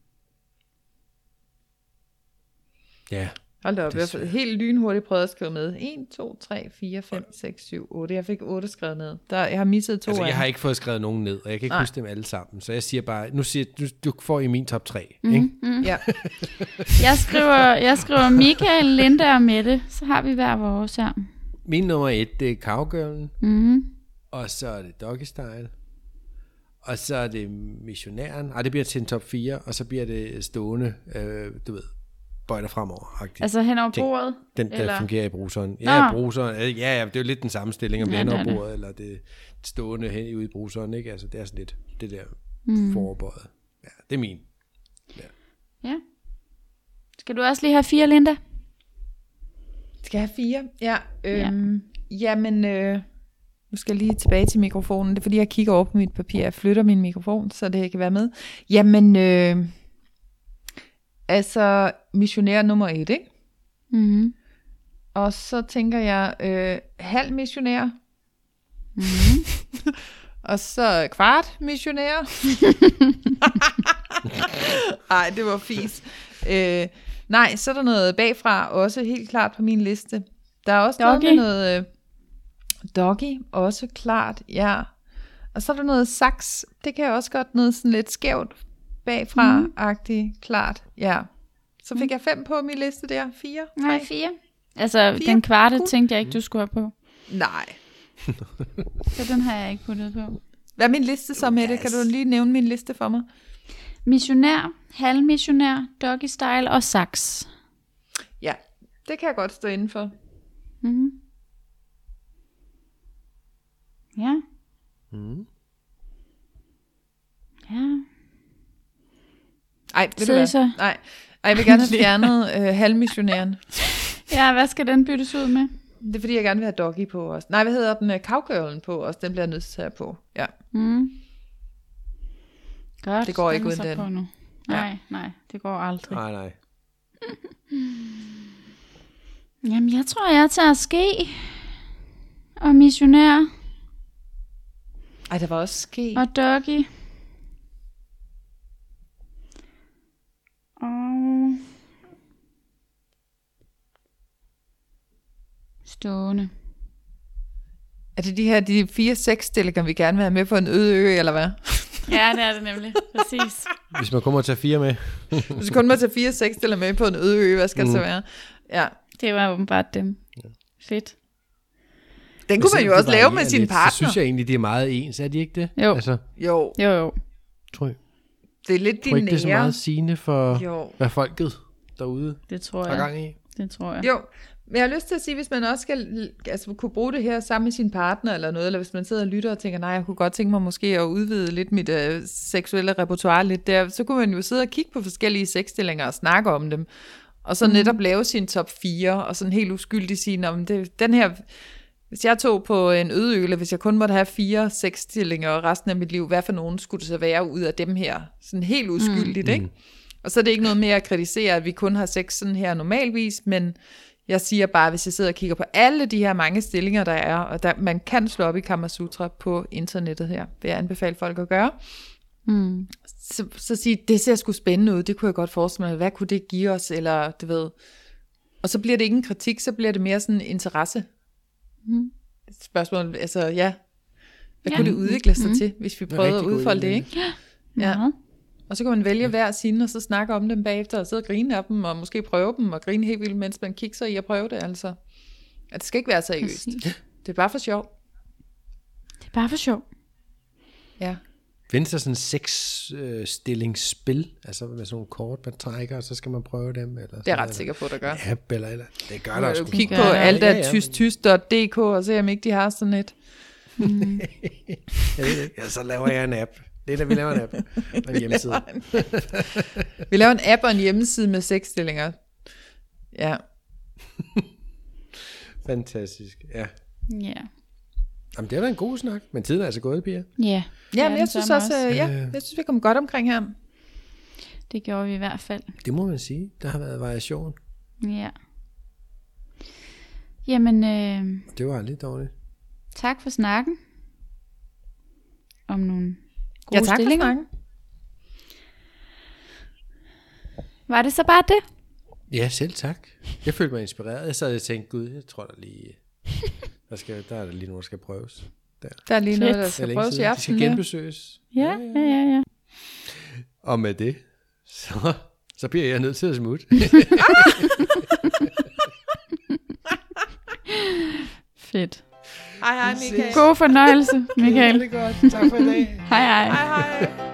Ja. Hold da op, jeg har helt lynhurtigt prøvet at skrive med. 1, 2, 3, 4, 5, 6, 7, 8. Jeg fik 8 skrevet ned. Jeg har misset 2 jeg har ikke fået skrevet nogen ned, og jeg kan ikke huske dem alle sammen. Så jeg siger bare, du får i min top 3. Ikke? Ja. Jeg skriver Michael, Linda og Mette. Så har vi hver vores her. Min nummer 1, det er cowgirlen. Og så er det doggy style. Og så er det missionæren. Det bliver til en top 4. Og så bliver det stående, du ved, bøjler fremover. Altså hen over bordet? Den, der fungerer i bruseren. Ja, bruseren. Ja, det er jo lidt den samme stilling, om det er hen over bordet, eller det stående hen ude i bruseren, ikke? Altså, det er sådan lidt det der foroverbøjet. Ja, det er min. Ja. Skal du også lige have 4, Linda? Skal jeg have 4? Ja. Jamen, nu skal jeg lige tilbage til mikrofonen. Det er fordi, jeg kigger over på mit papir. Jeg flytter min mikrofon, så det kan være med. Jamen, altså missionær nummer 1, ikke? Mm-hmm. Og så tænker jeg halv missionær. Mm-hmm. Og så kvart missionær. Ej, det var fis. Nej, så er der noget bagfra, også helt klart på min liste. Der er også noget doggy, også klart, ja. Og så er der noget saks, det kan jeg også godt, noget sådan lidt skævt bagfra-agtigt, klart, ja. Så fik jeg 5 på min liste der, 4. Nej, 4. Altså, 4. Den kvarte tænkte jeg ikke, du skulle have på. Nej. Så den har jeg ikke puttet på. Hvad er min liste så med det? Kan du lige nævne min liste for mig? Missionær, halvmissionær, doggy style og saks. Ja, det kan jeg godt stå inden for. Mm-hmm. Ja. Mm. Ja. Ej, ved du hvad? Nej, jeg vil gerne have fjernet halvmissionæren. Ja, hvad skal den byttes ud med? Det er fordi, jeg gerne vil have doggy på også. Nej, hvad hedder den? Cowgirlen på også. Den bliver jeg nødt til at have på. Ja. Mm. Godt, det går ikke uden den. Nu. Nej, det går aldrig. Nej. Jamen, jeg tror, jeg tager ske og missionær. Ej, der var også ske. Og doggy. Og stående. Er det de 4 sexstillinger, vi gerne vil have med på en øde ø, eller hvad? Ja, det er det nemlig. Præcis. Hvis man kommer til at 4 med. Hvis du kun må tage 4 sexstillinger med på en øde ø, hvad skal det så være? Ja. Det var åbenbart dem. Fedt. Den kunne man jo også lave med sin partner. Så synes jeg egentlig, det er meget ens, er de ikke det? Jo. Altså, Jo, tror jeg. det er lidt Tror ikke, det er så nære. meget sigende for, Jo. hvad folket derude Det tror har jeg. gang i. Det tror jeg. Jo, men jeg har lyst til at sige, hvis man også skal kunne bruge det her sammen med sin partner eller noget, eller hvis man sidder og lytter og tænker, nej, jeg kunne godt tænke mig måske at udvide lidt mit seksuelle repertoire lidt der, så kunne man jo sidde og kigge på forskellige sexstillinger og snakke om dem, og så netop lave sin top 4, og sådan helt uskyldigt sige, om den her, hvis jeg tog på en øde ø, eller hvis jeg kun måtte have 4 sexstillinger resten af mit liv, hvad for nogen skulle det så være ud af dem her? Sådan helt uskyldigt, ikke? Og så er det ikke noget med at kritisere, at vi kun har sex sådan her normalvis, men jeg siger bare, hvis jeg sidder og kigger på alle de her mange stillinger, der er, og man kan slå op i Kama Sutra på internettet her, vil jeg anbefale folk at gøre. Så sige, det ser sgu spændende ud, det kunne jeg godt forestille mig, hvad kunne det give os, eller du ved. Og så bliver det ikke en kritik, så bliver det mere sådan interesse. Spørgsmål, altså ja, hvad kunne det udvikle sig til, hvis vi prøvede at udfolde det, ikke? Ja. Og så kan man vælge hver sine, og så snakke om dem bagefter, og sidde og grine af dem, og måske prøve dem, og grine helt vildt, mens man kigger i at prøve det, altså. At det skal ikke være seriøst. Præcis. Det er bare for sjov. Det er bare for sjov. Ja. Findes der sådan en sexstillingsspil, altså med sådan nogle kort, man trækker, og så skal man prøve dem? Eller Det er jeg ret sikker på, der gør. App eller det gør Du der kan sgu. jo kigge Ja, på ja, alt ja, af ja. tysk.dk, og se om ikke de har sådan et. Ja, så laver jeg en app. Det er da, vi laver en app. Og en hjemmeside. Vi laver en app og en hjemmeside med sexstillinger. Ja. Fantastisk, ja. Ja. Jamen, det har været en god snak, men tiden er altså gået, Pia. Ja. Ja, men jeg den synes sørme også, jeg synes, vi kom godt omkring her. Det gjorde vi i hvert fald. Det må man sige. Der har været variation. Ja. Jamen, Det var aldrig dårligt. tak for snakken. Om nogle gode Ja, tak for stillinger. snakken. Var det så bare det? Ja, selv tak. Jeg følte mig inspireret. Jeg sad og tænkte, gud, jeg tror der lige... Der er der lige nogen, der skal prøves. Der er lige noget, der Det er skal længe prøves i siden. De aften. skal Ja. genbesøges. Ja. Og med det, så bliver jeg nødt til at smutte. Fedt. Hej, Michael. God fornøjelse, Michael. Det er godt. Tak for i dag. Hej hej. Hej, hej.